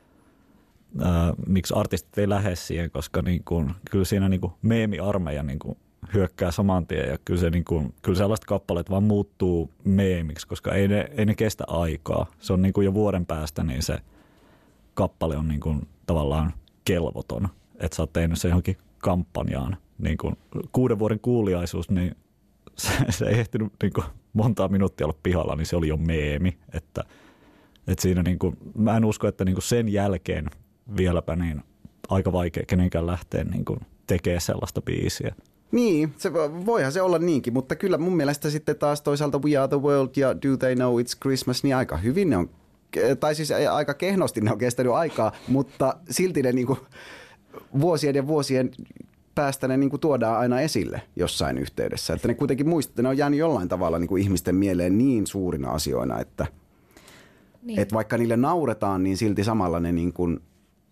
miksi artistit ei lähde siihen, koska niinku, kyllä siinä niinku meemiarmeija niinku hyökkää saman tien ja kyllä sellaiset kappaleet vaan muuttuu meemiksi, koska ei ne kestä aikaa. Se on niinku jo vuoden päästä, niin se kappale on niinku tavallaan kelvoton, että sä oot tehnyt se johonkin kampanjaan. Niinku 6 vuoden kuuliaisuus, niin se ei ehtinyt niinku montaa minuuttia olla pihalla, niin se oli jo meemi. Että siinä niinku, mä en usko, että niinku sen jälkeen vieläpä niin aika vaikea kenenkään lähteä niinku tekemään sellaista biisiä. Niin, voihan se olla niinkin, mutta kyllä mun mielestä sitten taas toisaalta We Are the World ja Do They Know It's Christmas, niin aika hyvin ne on, tai siis aika kehnosti ne on kestänyt aikaa, mutta silti ne niinku vuosien ja vuosien päästä ne niinku tuodaan aina esille jossain yhteydessä. Että ne kuitenkin ne on jäänyt jollain tavalla niinku ihmisten mieleen niin suurina asioina, että et vaikka niille nauretaan, niin silti samalla ne niin kuin...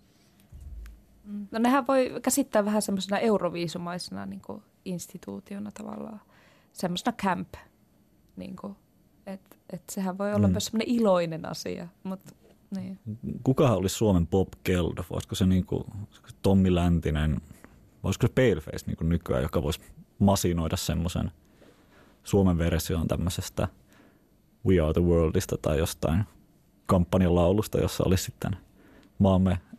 No nehän voi käsittää vähän semmoisena euroviisumaisena niin kuin instituutiona tavallaan, semmoisena camp, niin kuin, että sehän voi olla myös semmoinen iloinen asia, mutta niin. Kukahan olisi Suomen Bob Geldof? Olisiko se niin kuin Tommi Läntinen, olisiko se Paleface niin kuin nykyään, joka voisi masinoida semmoisen Suomen version tämmöisestä We Are the Worldista tai jostain kampanjan laulusta, jossa olisi sitten maamme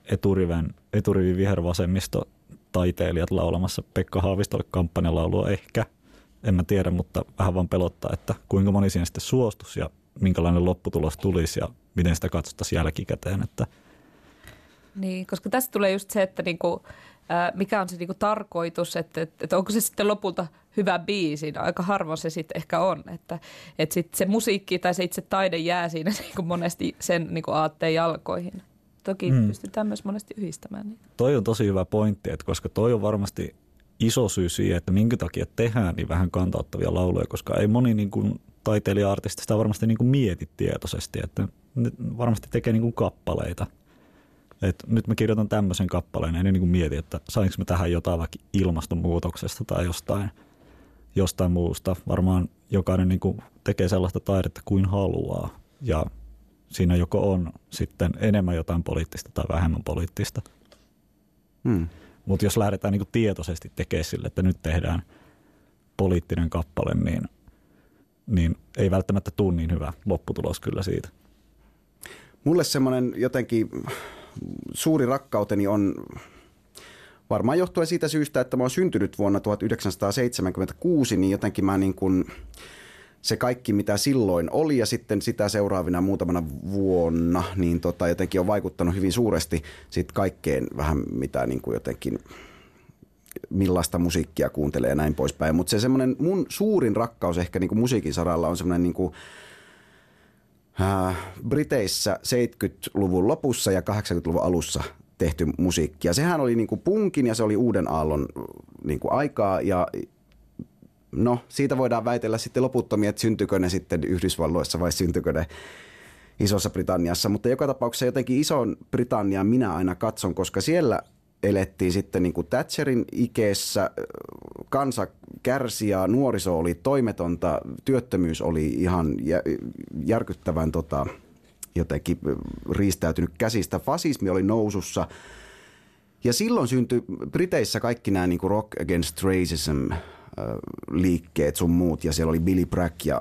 eturivin vihervasemmisto taiteilijat laulamassa Pekka Haavistolle kampanjalaulua ehkä. En mä tiedä, mutta vähän vaan pelottaa, että kuinka moni siihen sitten suostuisi ja minkälainen lopputulos tulisi ja miten sitä katsottaisiin jälkikäteen. Että. Niin, koska tässä tulee just se, että niinku, mikä on se niinku tarkoitus, että onko se sitten lopulta hyvä biisi. No, aika harvoin se sitten ehkä on, että sit se musiikki tai se itse taide jää siinä niinku monesti sen niinku aatteen jalkoihin. Toki pystytään myös monesti yhdistämään niitä. Toi on tosi hyvä pointti, että koska toi on varmasti iso syy siihen, että minkä takia tehdään niin vähän kantauttavia lauluja, koska ei moni niin kuin taiteilija-artisti sitä varmasti niin kuin mieti tietoisesti, että ne varmasti tekee niin kuin kappaleita. Et nyt mä kirjoitan tämmöisen kappaleen, en niin kuin mieti, että sainko mä tähän jotain vaikka ilmastonmuutoksesta tai jostain muusta. Varmaan jokainen niin kuin tekee sellaista taidetta kuin haluaa ja siinä joko on sitten enemmän jotain poliittista tai vähemmän poliittista. Mutta jos lähdetään niin kuin tietoisesti tekemään sille, että nyt tehdään poliittinen kappale, niin ei välttämättä tule niin hyvä lopputulos kyllä siitä. Mulle semmoinen jotenkin suuri rakkauteni on varmaan johtuen siitä syystä, että mä oon syntynyt vuonna 1976, niin jotenkin mä niin kuin se kaikki, mitä silloin oli ja sitten sitä seuraavina muutamana vuonna, niin jotenkin on vaikuttanut hyvin suuresti sit kaikkeen vähän mitä niin kuin jotenkin millaista musiikkia kuuntelee ja näin poispäin. Mutta se semmoinen mun suurin rakkaus ehkä niin kuin musiikin saralla on semmoinen niin kuin Briteissä 70-luvun lopussa ja 80-luvun alussa tehty musiikki. Ja sehän oli niin kuin punkin ja se oli uuden aallon niin kuin aikaa ja no, siitä voidaan väitellä sitten loputtomia, että syntyykö ne sitten Yhdysvalloissa vai syntyykö ne Isossa Britanniassa. Mutta joka tapauksessa jotenkin Ison Britannian minä aina katson, koska siellä elettiin sitten niin kuin Thatcherin ikeessä, kansa kärsi ja nuoriso oli toimetonta, työttömyys oli ihan järkyttävän jotenkin riistäytynyt käsistä, fasismi oli nousussa. Ja silloin syntyi Briteissä kaikki nämä niin kuin Rock Against Racism liikkeet sun muut, ja siellä oli Billy Bragg ja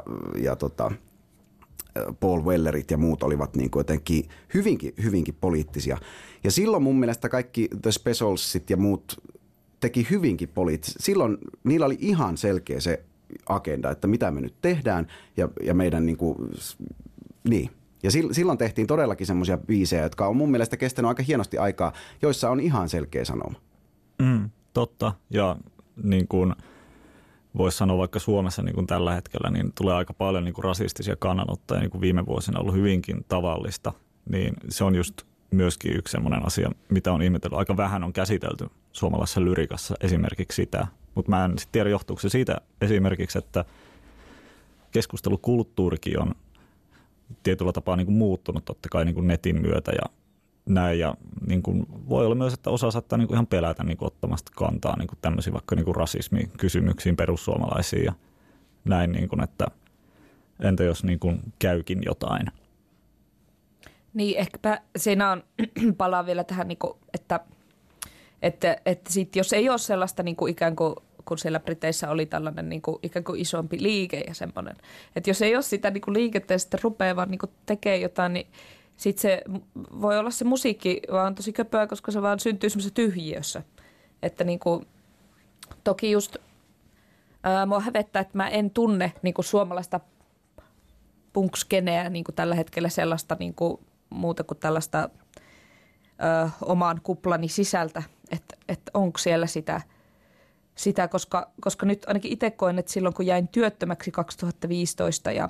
Paul Wellerit ja muut olivat niin kuin jotenkin hyvinkin poliittisia. Ja silloin mun mielestä kaikki The Specialsit ja muut teki hyvinkin poliittisia. Silloin niillä oli ihan selkeä se agenda, että mitä me nyt tehdään ja meidän niin. Ja silloin tehtiin todellakin semmoisia biisejä, jotka on mun mielestä kestänyt aika hienosti aikaa, joissa on ihan selkeä sanoma. Totta. Ja niin kuin voisi sanoa vaikka Suomessa niin kuin tällä hetkellä, niin tulee aika paljon niin kuin rasistisia kannanottoja, niin kuin viime vuosina ollut hyvinkin tavallista. Niin se on just myöskin yksi semmoinen asia, mitä on ihmetellyt. Aika vähän on käsitelty suomalaisessa lyrikassa esimerkiksi sitä. Mutta mä en sitten tiedä, johtuuko se siitä esimerkiksi, että keskustelukulttuurikin on tietyllä tapaa niin kuin muuttunut totta kai niin kuin netin myötä ja näin. Ja niin kuin voi olla myös, että osa saattaa niin kuin ihan pelätä niin kuin ottamasta kantaa niin kuin tämmöisiin vaikka niin kuin rasismikysymyksiin, perussuomalaisiin ja näin, niin kuin, että entä jos niin kuin käykin jotain. Niin, ehkäpä siinä on, palaa vielä tähän, niin kuin, että sit, jos ei ole sellaista niin kuin ikään kuin, kun siellä Briteissä oli tällainen niin kuin, ikään kuin isompi liike ja semmoinen, että jos ei ole sitä niin kuin liikettä ja sitten rupeaa vaan niin kuin tekemään jotain, niin sitten se voi olla se musiikki vaan tosi köpöä, koska se vaan syntyy semmoisessa tyhjiössä. Että niin kuin, toki just mua hävettää, että mä en tunne niin kuin suomalaista punkskeneä niin kuin tällä hetkellä sellaista niin kuin, muuta kuin tällaista oman kuplani sisältä, että onko siellä sitä koska nyt ainakin itse koen, että silloin kun jäin työttömäksi 2015 ja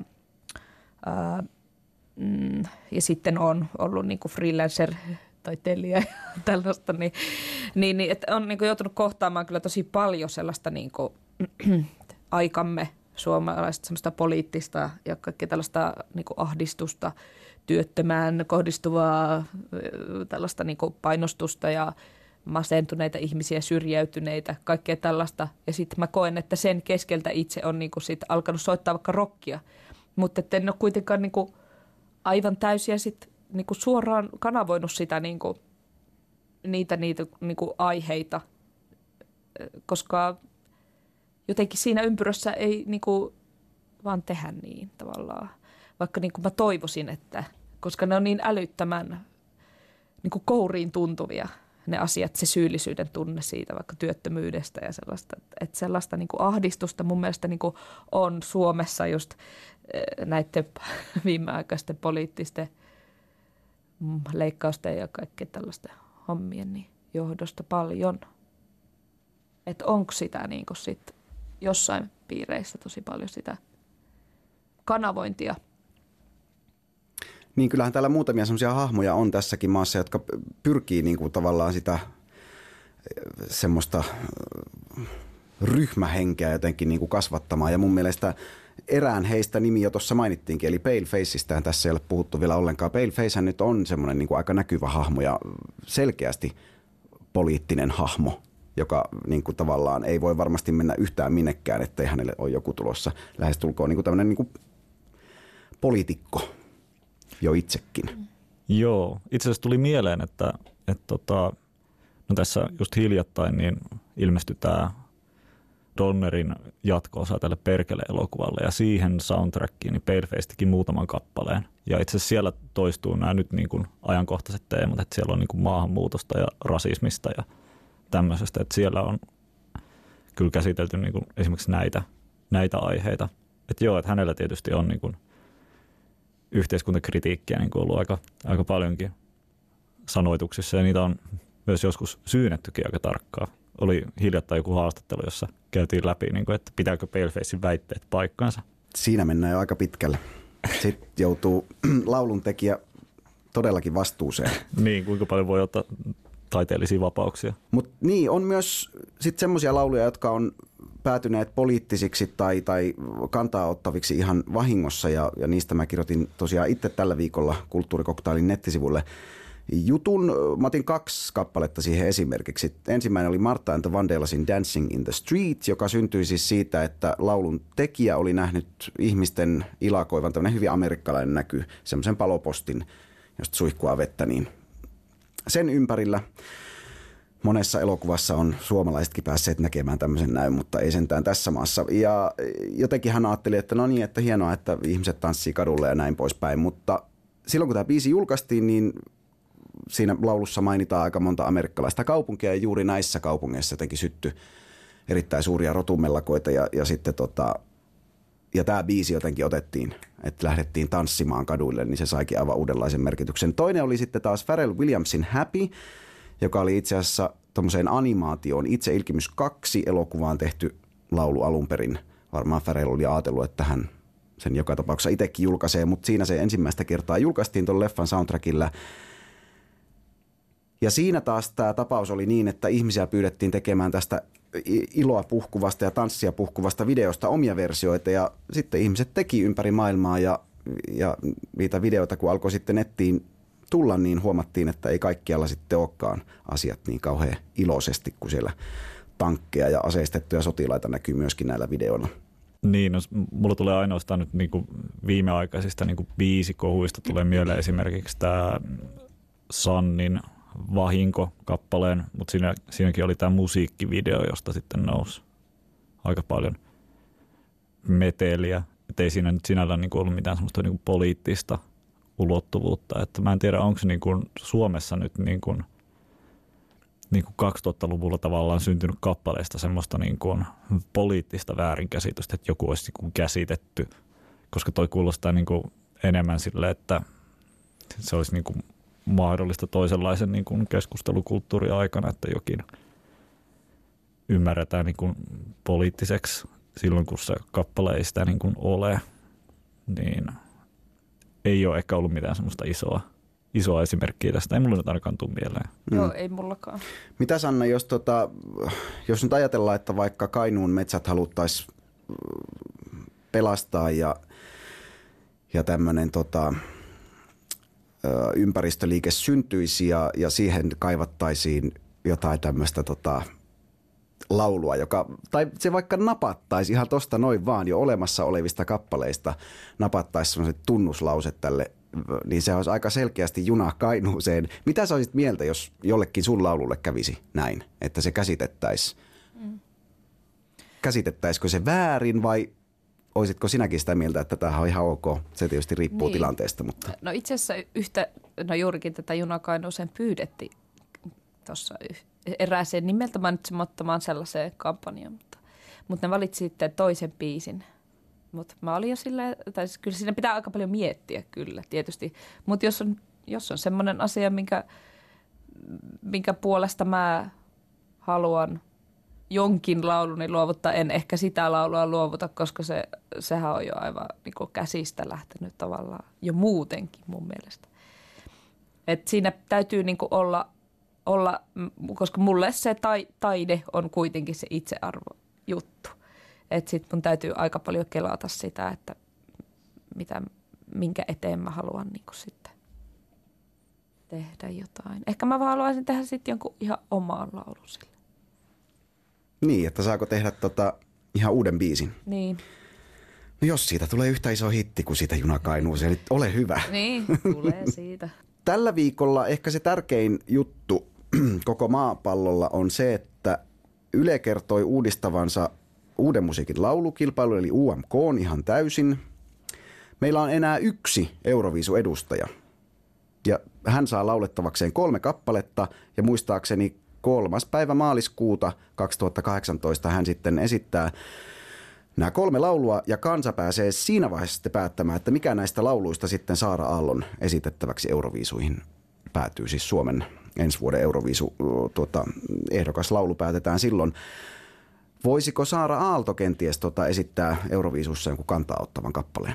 sitten on ollut niin kuin freelancer-taiteilija ja tällaista, niin että on niin kuin joutunut kohtaamaan kyllä tosi paljon sellaista niin kuin aikamme suomalaista semmoista poliittista ja kaikkea tällaista niin kuin ahdistusta, työttömään kohdistuvaa tällaista niin kuin painostusta ja masentuneita ihmisiä, syrjäytyneitä, kaikkea tällaista. Ja sitten mä koen, että sen keskeltä itse on niin kuin sit alkanut soittaa vaikka rockia, mutta en ole kuitenkaan niin kuin aivan täysiä sit niin kuin suoraan kanavoinut sitä niin kuin, niitä niin kuin aiheita, koska jotenkin siinä ympyrössä ei niin kuin vaan tehdä niin tavallaan. Vaikka niin kuin mä toivoisin, että koska ne on niin älyttömän niin kuin kouriin tuntuvia ne asiat, se syyllisyyden tunne siitä vaikka työttömyydestä ja sellaista. Että sellaista niin kuin ahdistusta mun mielestä niin kuin on Suomessa just näiden viimeaikaisten poliittisten leikkausten ja kaikkien tällaisten hommien niin johdosta paljon. Että onko sitä niin kuin sit jossain piireissä tosi paljon sitä kanavointia. Niin kyllähän täällä muutamia semmoisia hahmoja on tässäkin maassa, jotka pyrkii niin kuin tavallaan sitä semmoista ryhmähenkeä jotenkin niin kuin kasvattamaan. Ja mun mielestä erään heistä nimi jo tuossa mainittiinkin, eli Palefaceista tässä ei ole puhuttu vielä ollenkaan. Palefacehän nyt on semmoinen niin kuin aika näkyvä hahmo ja selkeästi poliittinen hahmo, joka niin kuin tavallaan ei voi varmasti mennä yhtään minnekään, ettei hänelle ole joku tulossa lähestulkoon niin kuin tämmöinen niin kuin poliitikko jo itsekin. Joo, itse asiassa tuli mieleen, että no tässä just hiljattain niin ilmestyi tämä Donnerin jatko-osa tälle Perkele-elokuvalle ja siihen soundtrackiin niin Paleface muutaman kappaleen. Ja itse asiassa siellä toistuu nämä nyt niin kuin ajankohtaiset teemat, että siellä on niin kuin maahanmuutosta ja rasismista ja tämmöisestä, että siellä on kyllä käsitelty niin kuin esimerkiksi näitä aiheita. Että joo, että hänellä tietysti on niin kuin yhteiskuntakritiikkiä niin kuin ollut aika paljonkin sanoituksissa ja niitä on myös joskus syynettykin aika tarkkaan. Oli hiljattain joku haastattelu, jossa käytiin läpi, niin kuin, että pitääkö Palefacein väitteet paikkaansa. Siinä mennään jo aika pitkälle. Sitten joutuu lauluntekijä todellakin vastuuseen. Niin, kuinka paljon voi ottaa taiteellisia vapauksia. Mutta niin, on myös sitten semmoisia lauluja, jotka on päätyneet poliittisiksi tai kantaa ottaviksi ihan vahingossa ja niistä mä kirjoitin tosiaan itse tällä viikolla Kulttuurikoktailin nettisivulle jutun. Mä otin 2 kappaletta siihen esimerkiksi. Ensimmäinen oli Martha and the Vandellasin Dancing in the Street, joka syntyi siis siitä, että laulun tekijä oli nähnyt ihmisten ilakoivan, tämmöinen hyvin amerikkalainen näky, semmoisen palopostin, josta suihkua vettä, niin sen ympärillä monessa elokuvassa on suomalaisetkin päässeet näkemään tämmöisen näyn, mutta ei sentään tässä maassa. Ja jotenkin hän ajatteli, että no niin, että hienoa, että ihmiset tanssii kadulle ja näin poispäin. Mutta silloin kun tämä biisi julkaistiin, niin siinä laulussa mainitaan aika monta amerikkalaista kaupunkia ja juuri näissä kaupungeissa jotenkin syttyi erittäin suuria rotumellakoita ja sitten ja tämä biisi jotenkin otettiin, että lähdettiin tanssimaan kaduille, niin se saikin aivan uudenlaisen merkityksen. Toinen oli sitten taas Pharrell Williamsin Happy, joka oli itse asiassa tuommoiseen animaatioon Itse Ilkimys 2 elokuvaan tehty laulu alun perin. Varmaan Pharrell oli ajatellut, että hän sen joka tapauksessa itsekin julkaisee, mutta siinä se ensimmäistä kertaa julkaistiin tuon leffan soundtrackilla. Ja siinä taas tämä tapaus oli niin, että ihmisiä pyydettiin tekemään tästä iloa puhkuvasta ja tanssia puhkuvasta videosta omia versioita ja sitten ihmiset teki ympäri maailmaa ja niitä videoita kun alkoi sitten nettiin tulla, niin huomattiin, että ei kaikkialla sitten olekaan asiat niin kauhean iloisesti, kun siellä tankkeja ja aseistettuja sotilaita näkyy myöskin näillä videoilla. Niin, no, mulla tulee ainoastaan nyt niin kuin viimeaikaisista niin kuin biisikohuista tulee mieleen esimerkiksi tämä Sannin Vahinko-kappaleen, mutta siinäkin oli tämä musiikkivideo, josta sitten nousi aika paljon meteliä. Et ei siinä nyt sinällään niin kuin ollut mitään semmoista niin kuin poliittista ulottuvuutta. Että mä en tiedä, onko niin kuin Suomessa nyt niin kuin 2000-luvulla tavallaan syntynyt kappaleista semmoista niin kuin poliittista väärinkäsitystä, että joku olisi niin kuin käsitetty, koska toi kuulostaa niin kuin enemmän sille, että se olisi niin kuin mahdollista toisenlaisen niin kuin keskustelukulttuurin aikana, että jokin ymmärretään niin kuin poliittiseksi silloin, kun se kappale ei sitä niin kuin ole, niin ei ole ehkä ollut mitään semmoista isoa esimerkkiä tästä. Ei mulla nyt ainakaan tule mieleen. Joo, ei mullakaan. Mitä Sanna, jos nyt ajatellaan, että vaikka Kainuun metsät haluttaisiin pelastaa ja tämmöinen ympäristöliike syntyisi ja siihen kaivattaisiin jotain tämmöistä laulua, tai se vaikka napattaisi ihan tosta noin vaan jo olemassa olevista kappaleista, napattaisi sellaiset tunnuslauset tälle, niin se olisi aika selkeästi juna Kainuuseen. Mitä sä olisit mieltä, jos jollekin sun laululle kävisi näin, että se käsitettäisiin? Käsitettäisikö se väärin vai oisitko sinäkin sitä mieltä, että tämähän on ihan ok? Se tietysti riippuu tilanteesta. Mutta. No itse asiassa juurikin tätä Juna Kainuuseen pyydettiin tuossa erääseen nimeltä mainitsemattomaan sellaiseen kampanjaan, mutta ne valitsi sitten toisen biisin. Mutta mä olin jo silleen, tai siis kyllä siinä pitää aika paljon miettiä kyllä tietysti, mutta jos on semmoinen asia, minkä puolesta mä haluan jonkin lauluni luovuttaa, en ehkä sitä laulua luovuta, koska sehän on jo aivan niin kuin käsistä lähtenyt tavallaan jo muutenkin mun mielestä. Et siinä täytyy niin kuin olla, koska mulle se taide on kuitenkin se itsearvo juttu. Että sit mun täytyy aika paljon kelata sitä, että minkä eteen mä haluan niin kuin sitten tehdä jotain. Ehkä mä vaan haluaisin tehdä sitten jonkun ihan omaan laulun sille. Niin, että saako tehdä ihan uuden biisin. Niin. No jos siitä tulee yhtä iso hitti kuin siitä Juna Kainuuseen, eli ole hyvä. Niin, tulee siitä. Tällä viikolla ehkä se tärkein juttu koko maapallolla on se, että Yle kertoi uudistavansa uuden musiikin laulukilpailu, eli UMK on ihan täysin. Meillä on enää yksi Euroviisu-edustaja. Ja hän saa laulettavakseen 3 kappaletta ja muistaakseni 3. päivä maaliskuuta 2018 hän sitten esittää nämä 3 laulua ja kansa pääsee siinä vaiheessa sitten päättämään, että mikä näistä lauluista sitten Saara Aallon esitettäväksi Euroviisuihin päätyy. Siis Suomen ensi vuoden Euroviisu ehdokas laulu päätetään silloin. Voisiko Saara Aalto kenties esittää Euroviisussa jonkun kantaa ottavan kappaleen?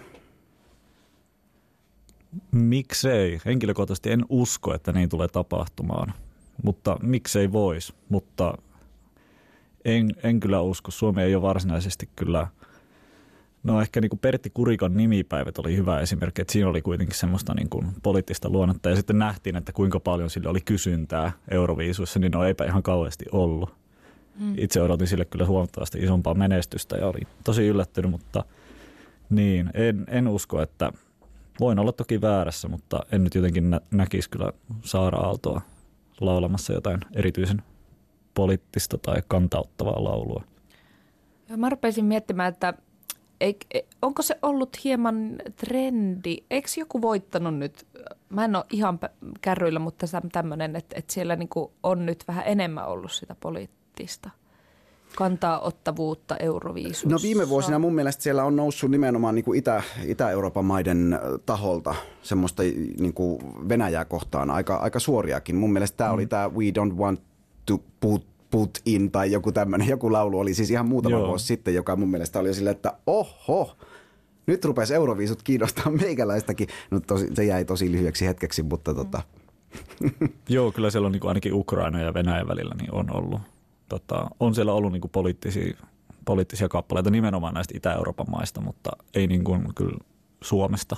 Miksei? Henkilökohtaisesti en usko, että niin tulee tapahtumaan, mutta miksei voisi. Mutta en kyllä usko. Suomi ei ole varsinaisesti kyllä. No ehkä niin kuin Pertti Kurikan nimipäivät oli hyvä esimerkki, että siinä oli kuitenkin semmoista niin kuin poliittista luonnetta. Ja sitten nähtiin, että kuinka paljon sille oli kysyntää Euroviisuissa, niin no eipä ihan kauheasti ollut. Itse odotin sille kyllä huomattavasti isompaa menestystä ja oli tosi yllättynyt, mutta niin, en usko, että voin olla toki väärässä, mutta en nyt jotenkin näkisi kyllä Saara Aaltoa laulamassa jotain erityisen poliittista tai kantauttavaa laulua. Mä rupesin miettimään, että onko se ollut hieman trendi? Eikö joku voittanut nyt? Mä en ole ihan kärryillä, mutta tämmöinen, että siellä niinku on nyt vähän enemmän ollut sitä poliittista kantaa ottavuutta Euroviisussa. No viime vuosina mun mielestä siellä on noussut nimenomaan niin kuin Itä-Euroopan maiden taholta semmoista niin kuin Venäjää kohtaan aika suoriakin. Mun mielestä tämä oli tämä We Don't Want to Put In tai joku laulu oli siis ihan muutama vuosi sitten, joka mun mielestä oli silleen, että oho, nyt rupesi Euroviisut kiinnostaa meikäläistäkin. No se jäi tosi lyhyeksi hetkeksi, mutta Joo, kyllä siellä on niin kuin ainakin Ukraina ja Venäjän välillä niin on ollut. On siellä ollut niin kuin poliittisia kappaleita nimenomaan näistä Itä-Euroopan maista, mutta ei niin kuin kyllä Suomesta.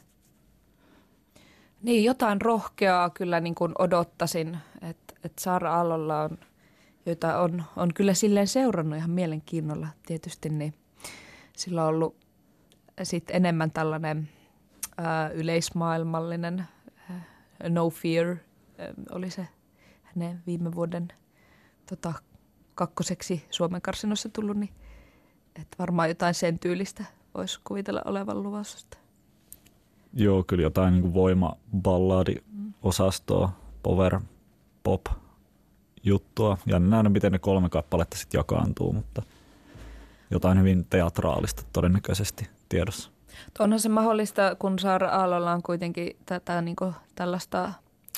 Niin, jotain rohkeaa kyllä niin kuin odottaisin, että Saara Aallolla on, joita on kyllä silleen seurannut ihan mielenkiinnolla tietysti, niin sillä on ollut sitten enemmän tällainen yleismaailmallinen No Fear oli se hänen viime vuoden kakkoseksi Suomen karsinossa tullut, niin että varmaan jotain sen tyylistä voisi kuvitella olevan luvassa. Joo, kyllä jotain niin kuin voimaballadi-osastoa, power pop juttua. Ja nähdään, miten ne 3 kappaletta sitten jakaantuu, mutta jotain hyvin teatraalista todennäköisesti tiedossa. Onhan se mahdollista, kun Saara Aallolla on kuitenkin niin kuin tällaista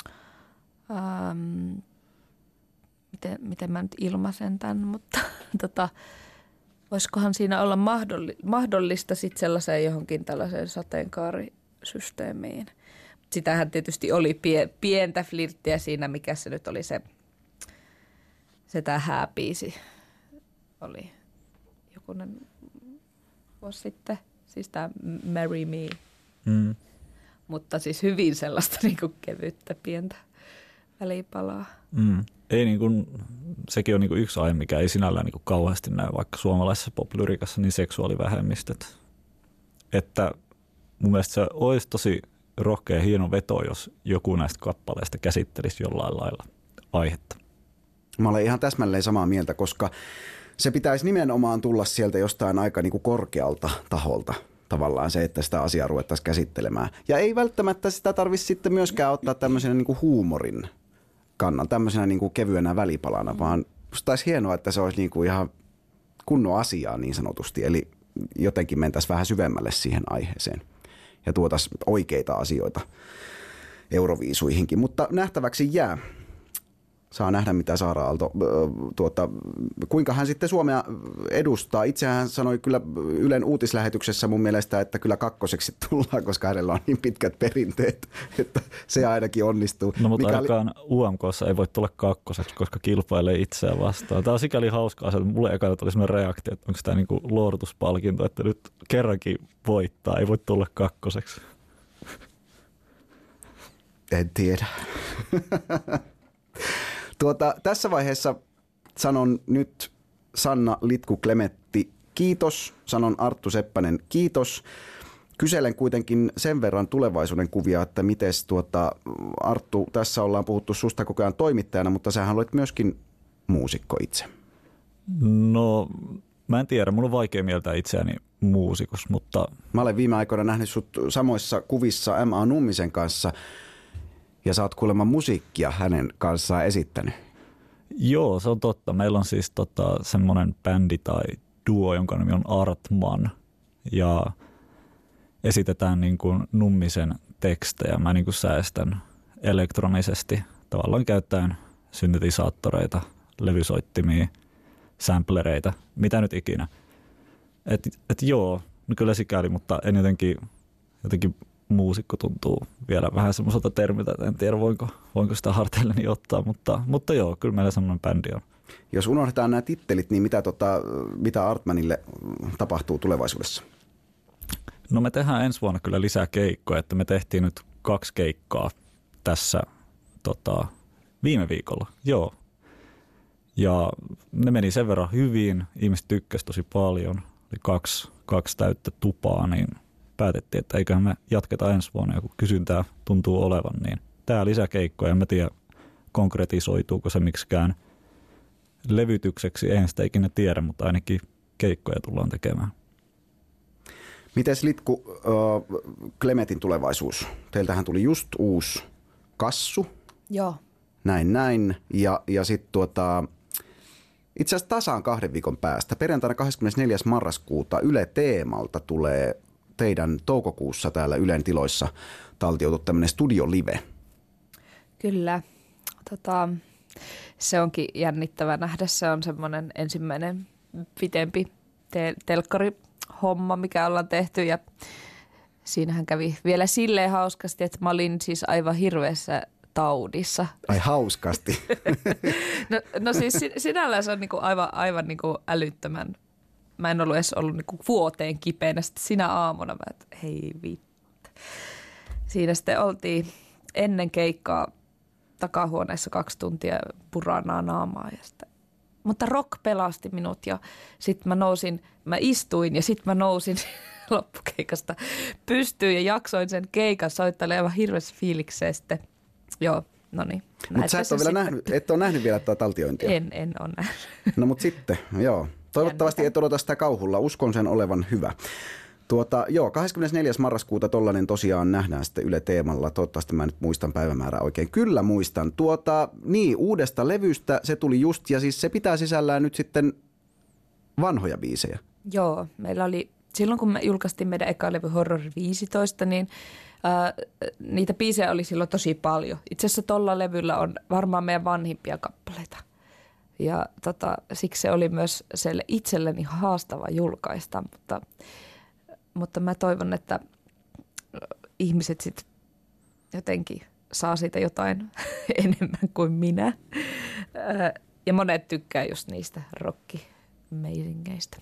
miten mä nyt ilmaisen tämän, mutta voisikohan siinä olla mahdollista sitten sellaiseen johonkin tällaiseen sateenkaarisysteemiin. Sitähän tietysti oli pientä flirttiä siinä, mikä se nyt oli se tämä hääbiisi. Oli jokunen vuosi sitten, siis tämä Marry Me. Mutta siis hyvin sellaista niinku kevyttä pientä välipalaa. Ei niin kuin, sekin on niin kuin yksi aihe, mikä ei sinällään niin kuin kauheasti näy vaikka suomalaisessa poplyrikassa, niin seksuaalivähemmistöt. Että mun mielestä se olisi tosi rohkea hieno veto, jos joku näistä kappaleista käsittelisi jollain lailla aihetta. Mä olen ihan täsmälleen samaa mieltä, koska se pitäisi nimenomaan tulla sieltä jostain aika niin kuin korkealta taholta tavallaan se, että sitä asiaa ruvettaisiin käsittelemään. Ja ei välttämättä sitä tarvitse sitten myöskään ottaa tämmöisenä niin kuin huumorin kannan, tämmöisenä niin kuin kevyenä välipalana, vaan musta olisi hienoa, että se olisi niin kuin ihan kunnon asiaa niin sanotusti, eli jotenkin mentäisiin vähän syvemmälle siihen aiheeseen ja tuotaisiin oikeita asioita Euroviisuihinkin, mutta nähtäväksi jää. Saa nähdä, mitä Saara Aalto, kuinka hän sitten Suomea edustaa. Itse hän sanoi kyllä Ylen uutislähetyksessä mun mielestä, että kyllä kakkoseksi tullaan, koska hänellä on niin pitkät perinteet, että se ainakin onnistuu. No mutta ainakaan UMK:ssa ei voi tulla kakkoseksi, koska kilpailee itseään vastaan. Tämä on sikäli hauskaa, että mulle ekana tuli sellainen reaktio, että onko tämä niinku lohdutuspalkinto, että nyt kerrankin voittaa, ei voi tulla kakkoseksi. En tiedä. Tässä vaiheessa sanon nyt Sanna Litku-Klemetti kiitos, sanon Arttu Seppänen kiitos. Kyselen kuitenkin sen verran tulevaisuuden kuvia, että mites Arttu, tässä ollaan puhuttu susta koko ajan toimittajana, mutta sähän olet myöskin muusikko itse. No mä en tiedä, mulla on vaikea mieltää itseäni muusikus, mutta... Mä olen viime aikoina nähnyt sut samoissa kuvissa M.A. Nummisen kanssa. Ja sä oot kuulemma musiikkia hänen kanssaan esittänyt. Joo, se on totta. Meillä on siis semmoinen bändi tai duo, jonka nimi on Artman. Ja esitetään niin kuin Nummisen tekstejä. Mä niin kuin säästän elektronisesti, tavallaan käyttäen syntetisaattoreita, levysoittimia, samplereita, mitä nyt ikinä. Et joo, no kyllä sikäli, mutta en jotenkin muusikko tuntuu vielä vähän semmoiselta termiltä, että en tiedä voinko sitä harteilleni ottaa, mutta joo, kyllä meillä semmoinen bändi on. Jos unohdetaan nämä tittelit, niin mitä Artmanille tapahtuu tulevaisuudessa? No me tehdään ensi vuonna kyllä lisää keikkoja, että me tehtiin nyt 2 keikkaa tässä viime viikolla, joo. Ja ne meni sen verran hyvin, ihmiset tykkäsivät tosi paljon, oli kaksi täyttä tupaa, niin päätettiin, että eiköhän me jatketa ensi vuonna, ja kun kysyntää tuntuu olevan, niin tää lisäkeikkoja, en mä tiedä konkretisoituuko se miksikään levytykseksi, en sitä ikinä tiedä, mutta ainakin keikkoja tullaan tekemään. Mites Litku, Klemetin tulevaisuus? Teiltähän tuli just uusi kassu. Joo. Näin. Ja sitten itse asiassa tasaan 2 viikon päästä, perjantaina 24. marraskuuta Yle Teemalta tulee teidän toukokuussa täällä Ylen tiloissa taltioitu tämmöinen studiolive. Kyllä. Se onkin jännittävä nähdä. Se on semmoinen ensimmäinen pitempi telkkarihomma, mikä ollaan tehty. Ja siinähän kävi vielä silleen hauskasti, että mä olin siis aivan hirveässä taudissa. Ai hauskasti. no siis sinällään se on niinku aivan niinku älyttömän. Mä en ollut edes ollut niinku vuoteen kipeänä. Sitten sinä aamuna mä, että hei vittu. Siinä sitten oltiin ennen keikkaa takahuoneessa 2 tuntia puranaa naamaa. Mutta rock pelasti minut ja sitten mä istuin ja sitten mä nousin loppukeikasta pystyyn ja jaksoin sen keikan soittelemaan aivan hirveässä fiilikseen sitten. Joo, no niin. Mutta sä et ole nähnyt vielä tätä taltiointia? En ole nähnyt. No mutta sitten, joo. Toivottavasti et odota sitä kauhulla. Uskon sen olevan hyvä. 24. marraskuuta tollainen tosiaan nähdään sitten Yle Teemalla. Toivottavasti mä nyt muistan päivämäärää oikein. Kyllä muistan. Uudesta levystä se tuli just, ja siis se pitää sisällään nyt sitten vanhoja biisejä. Joo, meillä oli, silloin kun me julkaistiin meidän eka levy Horror 15, niin niitä biisejä oli silloin tosi paljon. Itse asiassa tolla levyllä on varmaan meidän vanhimpia kappaleita. Ja siksi se oli myös selle itselleni haastava julkaista, mutta mä toivon, että ihmiset sitten jotenkin saa siitä jotain enemmän kuin minä. Ja monet tykkää just niistä rock-meisingeistä.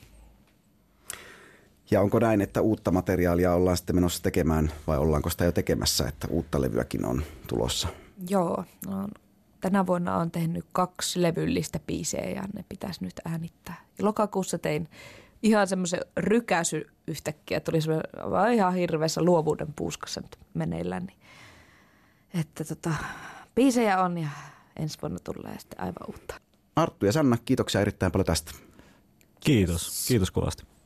Ja onko näin, että uutta materiaalia ollaan sitten menossa tekemään vai ollaanko sitä jo tekemässä, että uutta levyäkin on tulossa? Joo, no, tänä vuonna olen tehnyt 2 levyllistä biisejä ja ne pitäisi nyt äänittää. Ja lokakuussa tein ihan semmoisen rykäsy yhtäkkiä, tuli semmoinen ihan hirveässä luovuuden puuskassa nyt meneillään. Niin, että biisejä on ja ensi vuonna tulee sitten aivan uutta. Arttu ja Sanna, kiitoksia erittäin paljon tästä. Kiitos kovasti.